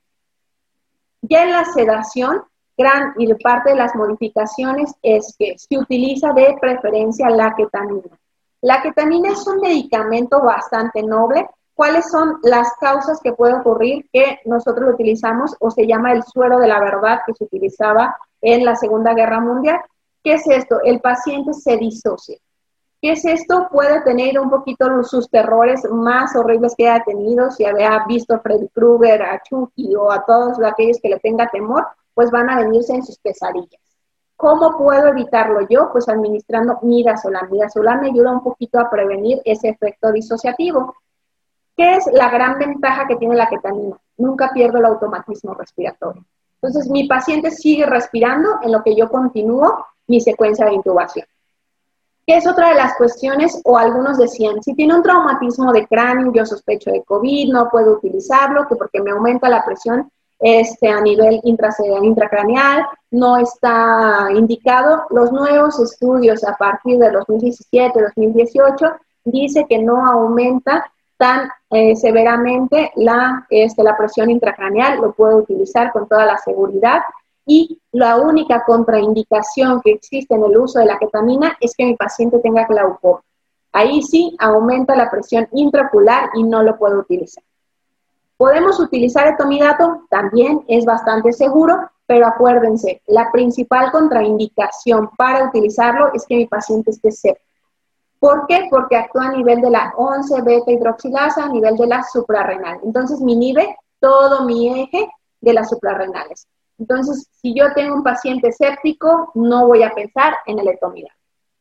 Ya en la sedación, gran y parte de las modificaciones es que se utiliza de preferencia la ketamina. La ketamina es un medicamento bastante noble. ¿Cuáles son las causas que puede ocurrir que nosotros lo utilizamos o se llama el suero de la verdad que se utilizaba en la Segunda Guerra Mundial? ¿Qué es esto? El paciente se disocia. ¿Qué es esto? Puede tener un poquito sus terrores más horribles que haya tenido, si había visto a Freddy Krueger, a Chucky o a todos aquellos que le tenga temor, pues van a venirse en sus pesadillas. ¿Cómo puedo evitarlo yo? Pues administrando midazolam. Midazolam me ayuda un poquito a prevenir ese efecto disociativo. ¿Qué es la gran ventaja que tiene la ketamina? Nunca pierdo el automatismo respiratorio. Entonces, mi paciente sigue respirando en lo que yo continúo mi secuencia de intubación. ¿Qué es otra de las cuestiones? O algunos decían, si tiene un traumatismo de cráneo, yo sospecho de COVID, no puedo utilizarlo, que porque me aumenta la presión este, a nivel intracraneal, no está indicado. Los nuevos estudios a partir de dos mil diecisiete, dos mil dieciocho, dice que no aumenta tan eh, severamente la, este, la presión intracraneal, lo puede utilizar con toda la seguridad. Y la única contraindicación que existe en el uso de la ketamina es que mi paciente tenga glaucoma. Ahí sí aumenta la presión intraocular y no lo puedo utilizar. ¿Podemos utilizar etomidato? También es bastante seguro, pero acuérdense, la principal contraindicación para utilizarlo es que mi paciente esté séptico. ¿Por qué? Porque actúa a nivel de la once beta hidroxilasa, a nivel de la suprarrenal. Entonces me inhibe todo mi eje de las suprarrenales. Entonces, si yo tengo un paciente séptico, no voy a pensar en el etomidato.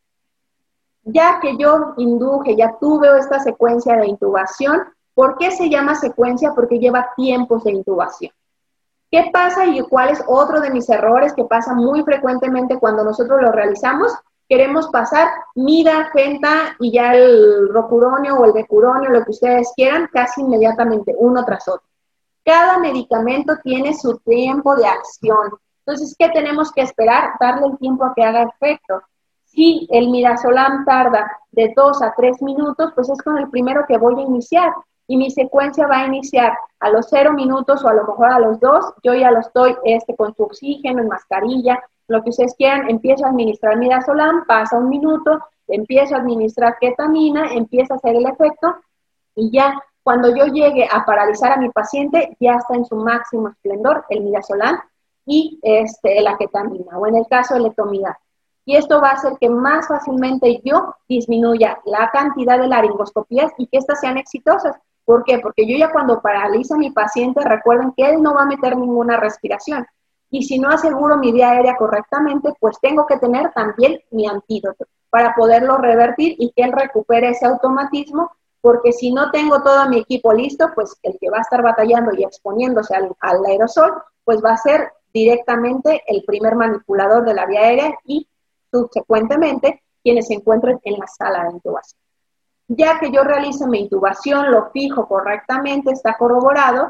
Ya que yo induje, ya tuve esta secuencia de intubación, ¿por qué se llama secuencia? Porque lleva tiempos de intubación. ¿Qué pasa y cuál es otro de mis errores que pasa muy frecuentemente cuando nosotros lo realizamos? Queremos pasar mida, fenta y ya el rocuronio o el becuronio, lo que ustedes quieran, casi inmediatamente, uno tras otro. Cada medicamento tiene su tiempo de acción. Entonces, ¿qué tenemos que esperar? Darle el tiempo a que haga efecto. Si el midazolam tarda de dos a tres minutos, pues es con el primero que voy a iniciar. Y mi secuencia va a iniciar a los cero minutos o a lo mejor a los dos. Yo ya lo estoy este, con su oxígeno, en mascarilla, lo que ustedes quieran. Empiezo a administrar midazolam, pasa un minuto, empiezo a administrar ketamina, empieza a hacer el efecto y ya. Cuando yo llegue a paralizar a mi paciente, ya está en su máximo esplendor el midazolam y este, la ketamina, o en el caso el etomidato. Y esto va a hacer que más fácilmente yo disminuya la cantidad de laringoscopías y que éstas sean exitosas. ¿Por qué? Porque yo ya cuando paralizo a mi paciente, recuerden que él no va a meter ninguna respiración. Y si no aseguro mi vía aérea correctamente, pues tengo que tener también mi antídoto para poderlo revertir y que él recupere ese automatismo. Porque si no tengo todo mi equipo listo, pues el que va a estar batallando y exponiéndose al, al aerosol, pues va a ser directamente el primer manipulador de la vía aérea y subsecuentemente quienes se encuentren en la sala de intubación. Ya que yo realice mi intubación, lo fijo correctamente, está corroborado,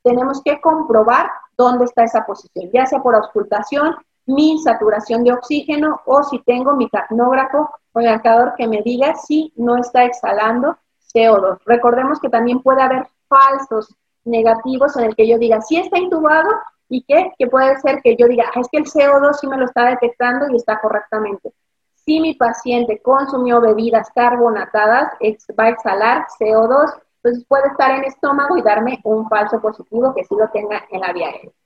tenemos que comprobar dónde está esa posición, ya sea por auscultación, mi saturación de oxígeno o si tengo mi capnógrafo o el marcador que me diga si no está exhalando C O dos. Recordemos que también puede haber falsos negativos en el que yo diga, sí está intubado y que, que puede ser que yo diga, ah, es que el C O dos sí me lo está detectando y está correctamente. Si mi paciente consumió bebidas carbonatadas, ex, va a exhalar C O dos, entonces puede estar en estómago y darme un falso positivo que sí lo tenga en la vía aérea.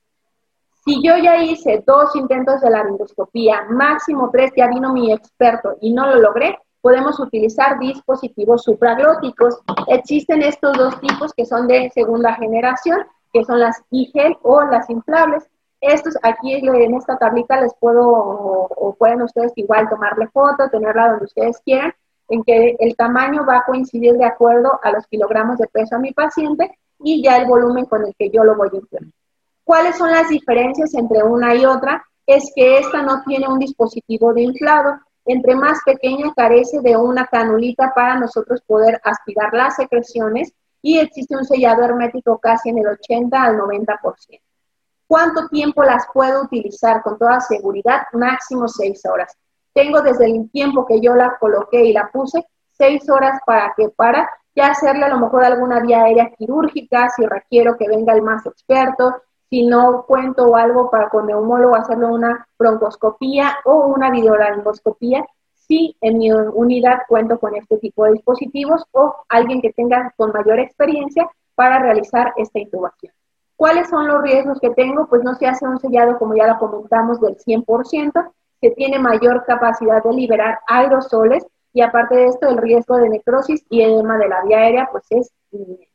Si yo ya hice dos intentos de laringoscopía, máximo tres, ya vino mi experto y no lo logré, podemos utilizar dispositivos supraglóticos. Existen estos dos tipos que son de segunda generación, que son las I-Gel o las inflables. Estos aquí en esta tablita les puedo, o, o pueden ustedes igual tomarle foto, tenerla donde ustedes quieran, en que el tamaño va a coincidir de acuerdo a los kilogramos de peso a mi paciente y ya el volumen con el que yo lo voy a inflar. ¿Cuáles son las diferencias entre una y otra? Es que esta no tiene un dispositivo de inflado. Entre más pequeña carece de una canulita para nosotros poder aspirar las secreciones y existe un sellado hermético casi en el ochenta al noventa por ciento. ¿Cuánto tiempo las puedo utilizar? Con toda seguridad, máximo seis horas. Tengo desde el tiempo que yo la coloqué y la puse, seis horas para que para ya hacerle a lo mejor alguna vía aérea quirúrgica, si requiero que venga el más experto, si no cuento o algo para con neumólogo hacerle una broncoscopía o una videolaringoscopía, si en mi unidad cuento con este tipo de dispositivos o alguien que tenga con mayor experiencia para realizar esta intubación. ¿Cuáles son los riesgos que tengo? Pues no se hace un sellado, como ya lo comentamos, del cien por ciento, se tiene mayor capacidad de liberar aerosoles y aparte de esto el riesgo de necrosis y edema de la vía aérea pues es inminente.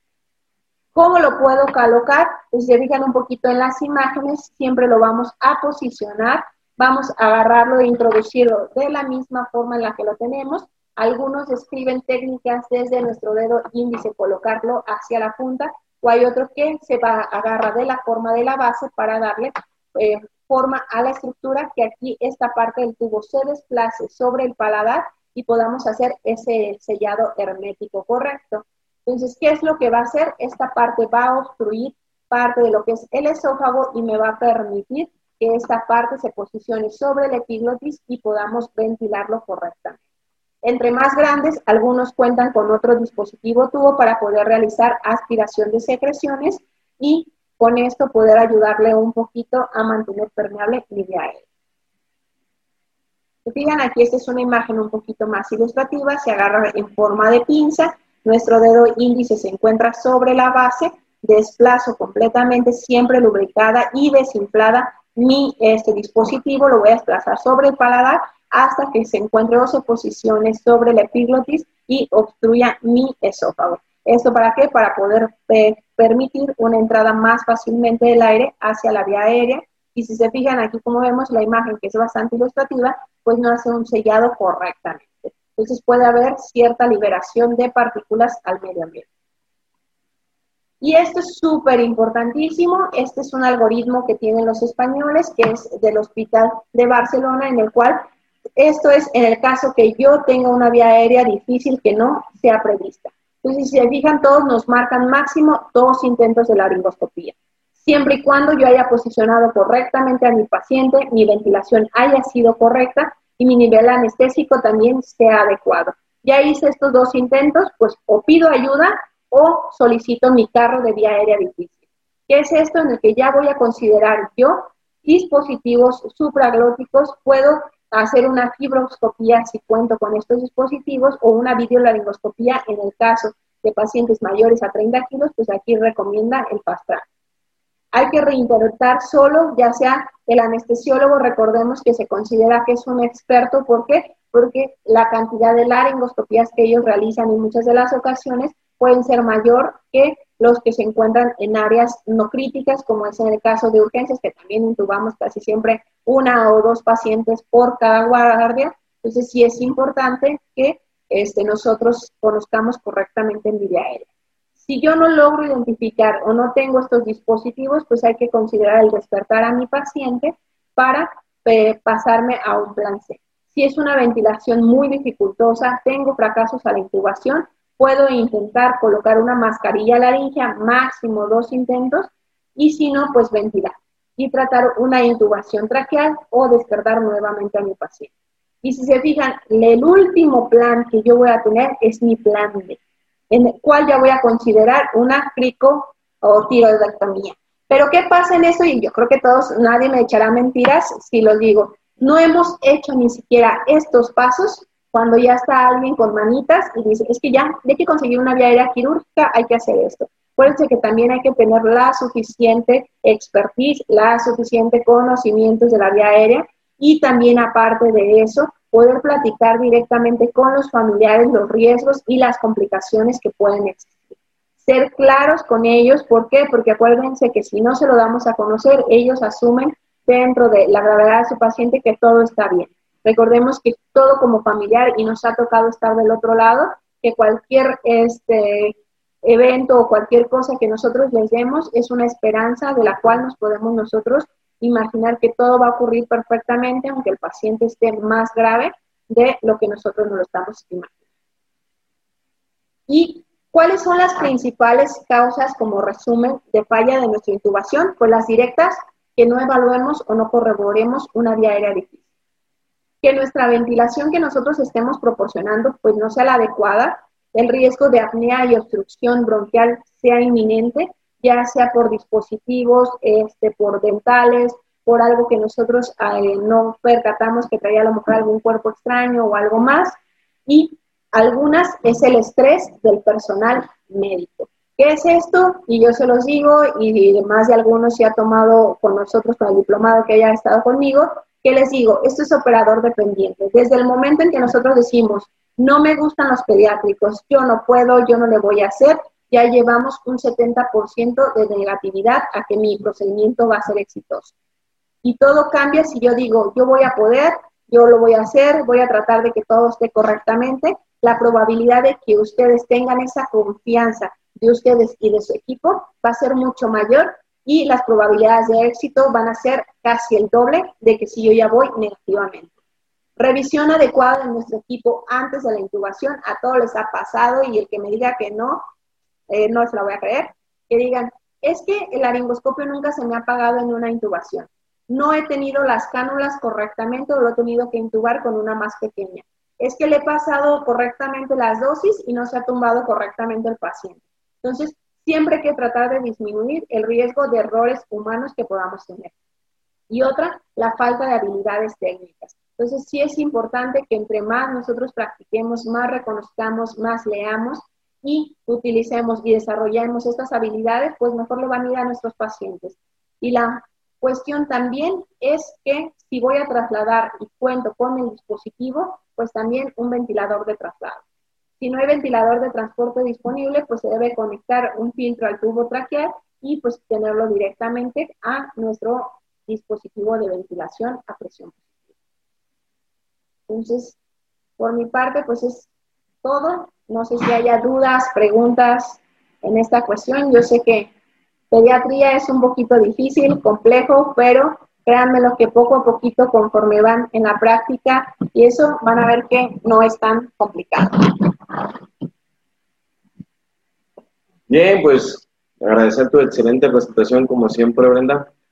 ¿Cómo lo puedo colocar? Pues si se fijan un poquito en las imágenes, siempre lo vamos a posicionar, vamos a agarrarlo e introducirlo de la misma forma en la que lo tenemos. Algunos describen técnicas desde nuestro dedo índice, colocarlo hacia la punta, o hay otro que se va, agarra de la forma de la base para darle eh, forma a la estructura, que aquí esta parte del tubo se desplace sobre el paladar y podamos hacer ese sellado hermético correcto. Entonces, ¿qué es lo que va a hacer? Esta parte va a obstruir parte de lo que es el esófago y me va a permitir que esta parte se posicione sobre el epiglotis y podamos ventilarlo correctamente. Entre más grandes, algunos cuentan con otro dispositivo tubo para poder realizar aspiración de secreciones y con esto poder ayudarle un poquito a mantener permeable mi vía aérea. Si fijan, aquí esta es una imagen un poquito más ilustrativa, se agarra en forma de pinza. Nuestro dedo índice se encuentra sobre la base, desplazo completamente, siempre lubricada y desinflada mi este dispositivo, lo voy a desplazar sobre el paladar hasta que se encuentre o se posicione sobre la epiglotis y obstruya mi esófago. ¿Esto para qué? Para poder eh, permitir una entrada más fácilmente del aire hacia la vía aérea. Y si se fijan aquí como vemos la imagen, que es bastante ilustrativa, pues no hace un sellado correctamente. Entonces puede haber cierta liberación de partículas al medio ambiente. Y esto es súper importantísimo. Este es un algoritmo que tienen los españoles, que es del Hospital de Barcelona, en el cual esto es en el caso que yo tenga una vía aérea difícil que no sea prevista. Entonces, si se fijan, todos nos marcan máximo dos intentos de laringoscopía. Siempre y cuando yo haya posicionado correctamente a mi paciente, mi ventilación haya sido correcta, y mi nivel anestésico también sea adecuado. Ya hice estos dos intentos, pues o pido ayuda o solicito mi carro de vía aérea difícil. ¿Qué es esto? En el que ya voy a considerar yo dispositivos supraglóticos, puedo hacer una fibroscopía si cuento con estos dispositivos o una videolaringoscopía en el caso de pacientes mayores a treinta kilos, pues aquí recomienda el fast track. Hay que reinterpretar solo, ya sea el anestesiólogo, recordemos que se considera que es un experto. ¿Por qué? Porque la cantidad de laringoscopías que ellos realizan en muchas de las ocasiones pueden ser mayor que los que se encuentran en áreas no críticas, como es en el caso de urgencias, que también intubamos casi siempre una o dos pacientes por cada guardia. Entonces sí es importante que este, nosotros conozcamos correctamente en vía aérea. Si yo no logro identificar o no tengo estos dispositivos, pues hay que considerar el despertar a mi paciente para eh, pasarme a un plan C. Si es una ventilación muy dificultosa, tengo fracasos a la intubación, puedo intentar colocar una mascarilla laringea, máximo dos intentos, y si no, pues ventilar y tratar una intubación traqueal o despertar nuevamente a mi paciente. Y si se fijan, el último plan que yo voy a tener es mi plan B, en el cual ya voy a considerar una crico o tiroidectomía. Pero ¿qué pasa en eso? Y yo creo que todos, nadie me echará mentiras si los digo. No hemos hecho ni siquiera estos pasos cuando ya está alguien con manitas y dice, es que ya, hay que conseguir una vía aérea quirúrgica, hay que hacer esto. Acuérdense que también hay que tener la suficiente expertise, la suficiente conocimientos de la vía aérea y también aparte de eso, poder platicar directamente con los familiares los riesgos y las complicaciones que pueden existir. Ser claros con ellos, ¿por qué? Porque acuérdense que si no se lo damos a conocer, ellos asumen dentro de la gravedad de su paciente que todo está bien. Recordemos que todo como familiar, y nos ha tocado estar del otro lado, que cualquier este, evento o cualquier cosa que nosotros les demos es una esperanza de la cual nos podemos nosotros imaginar que todo va a ocurrir perfectamente, aunque el paciente esté más grave de lo que nosotros nos lo estamos imaginando. ¿Y cuáles son las principales causas, como resumen, de falla de nuestra intubación? Pues las directas, que no evaluemos o no corroboremos una vía aérea difícil. Que nuestra ventilación que nosotros estemos proporcionando pues no sea la adecuada, el riesgo de apnea y obstrucción bronquial sea inminente, ya sea por dispositivos, este, por dentales, por algo que nosotros eh, no percatamos que traía a lo mejor algún cuerpo extraño o algo más, y algunas es el estrés del personal médico. ¿Qué es esto? Y yo se los digo, y más de algunos se ha tomado con nosotros, con el diplomado que haya estado conmigo, ¿qué les digo? Esto es operador dependiente. Desde el momento en que nosotros decimos, no me gustan los pediátricos, yo no puedo, yo no le voy a hacer, ya llevamos un setenta por ciento de negatividad a que mi procedimiento va a ser exitoso. Y todo cambia si yo digo, yo voy a poder, yo lo voy a hacer, voy a tratar de que todo esté correctamente. La probabilidad de que ustedes tengan esa confianza de ustedes y de su equipo va a ser mucho mayor y las probabilidades de éxito van a ser casi el doble de que si yo ya voy negativamente. Revisión adecuada de nuestro equipo antes de la intubación, a todos les ha pasado y el que me diga que no, eh, no se la voy a creer, que digan, es que el laringoscopio nunca se me ha apagado en una intubación. No he tenido las cánulas correctamente o lo he tenido que intubar con una más pequeña. Es que le he pasado correctamente las dosis y no se ha tumbado correctamente el paciente. Entonces, siempre hay que tratar de disminuir el riesgo de errores humanos que podamos tener. Y otra, la falta de habilidades técnicas. Entonces, sí es importante que entre más nosotros practiquemos, más reconozcamos, más leamos y utilicemos y desarrollemos estas habilidades, pues mejor le van a ir a nuestros pacientes. Y la cuestión también es que si voy a trasladar y cuento con el dispositivo, pues también un ventilador de traslado. Si no hay ventilador de transporte disponible, pues se debe conectar un filtro al tubo traqueal y pues tenerlo directamente a nuestro dispositivo de ventilación a presión positiva. Entonces, por mi parte, pues es todo. No sé si haya dudas, preguntas en esta cuestión. Yo sé que pediatría es un poquito difícil, complejo, pero créanme lo que poco a poquito, conforme van en la práctica, y eso van a ver que no es tan complicado. Bien, pues agradecer tu excelente presentación como siempre, Brenda.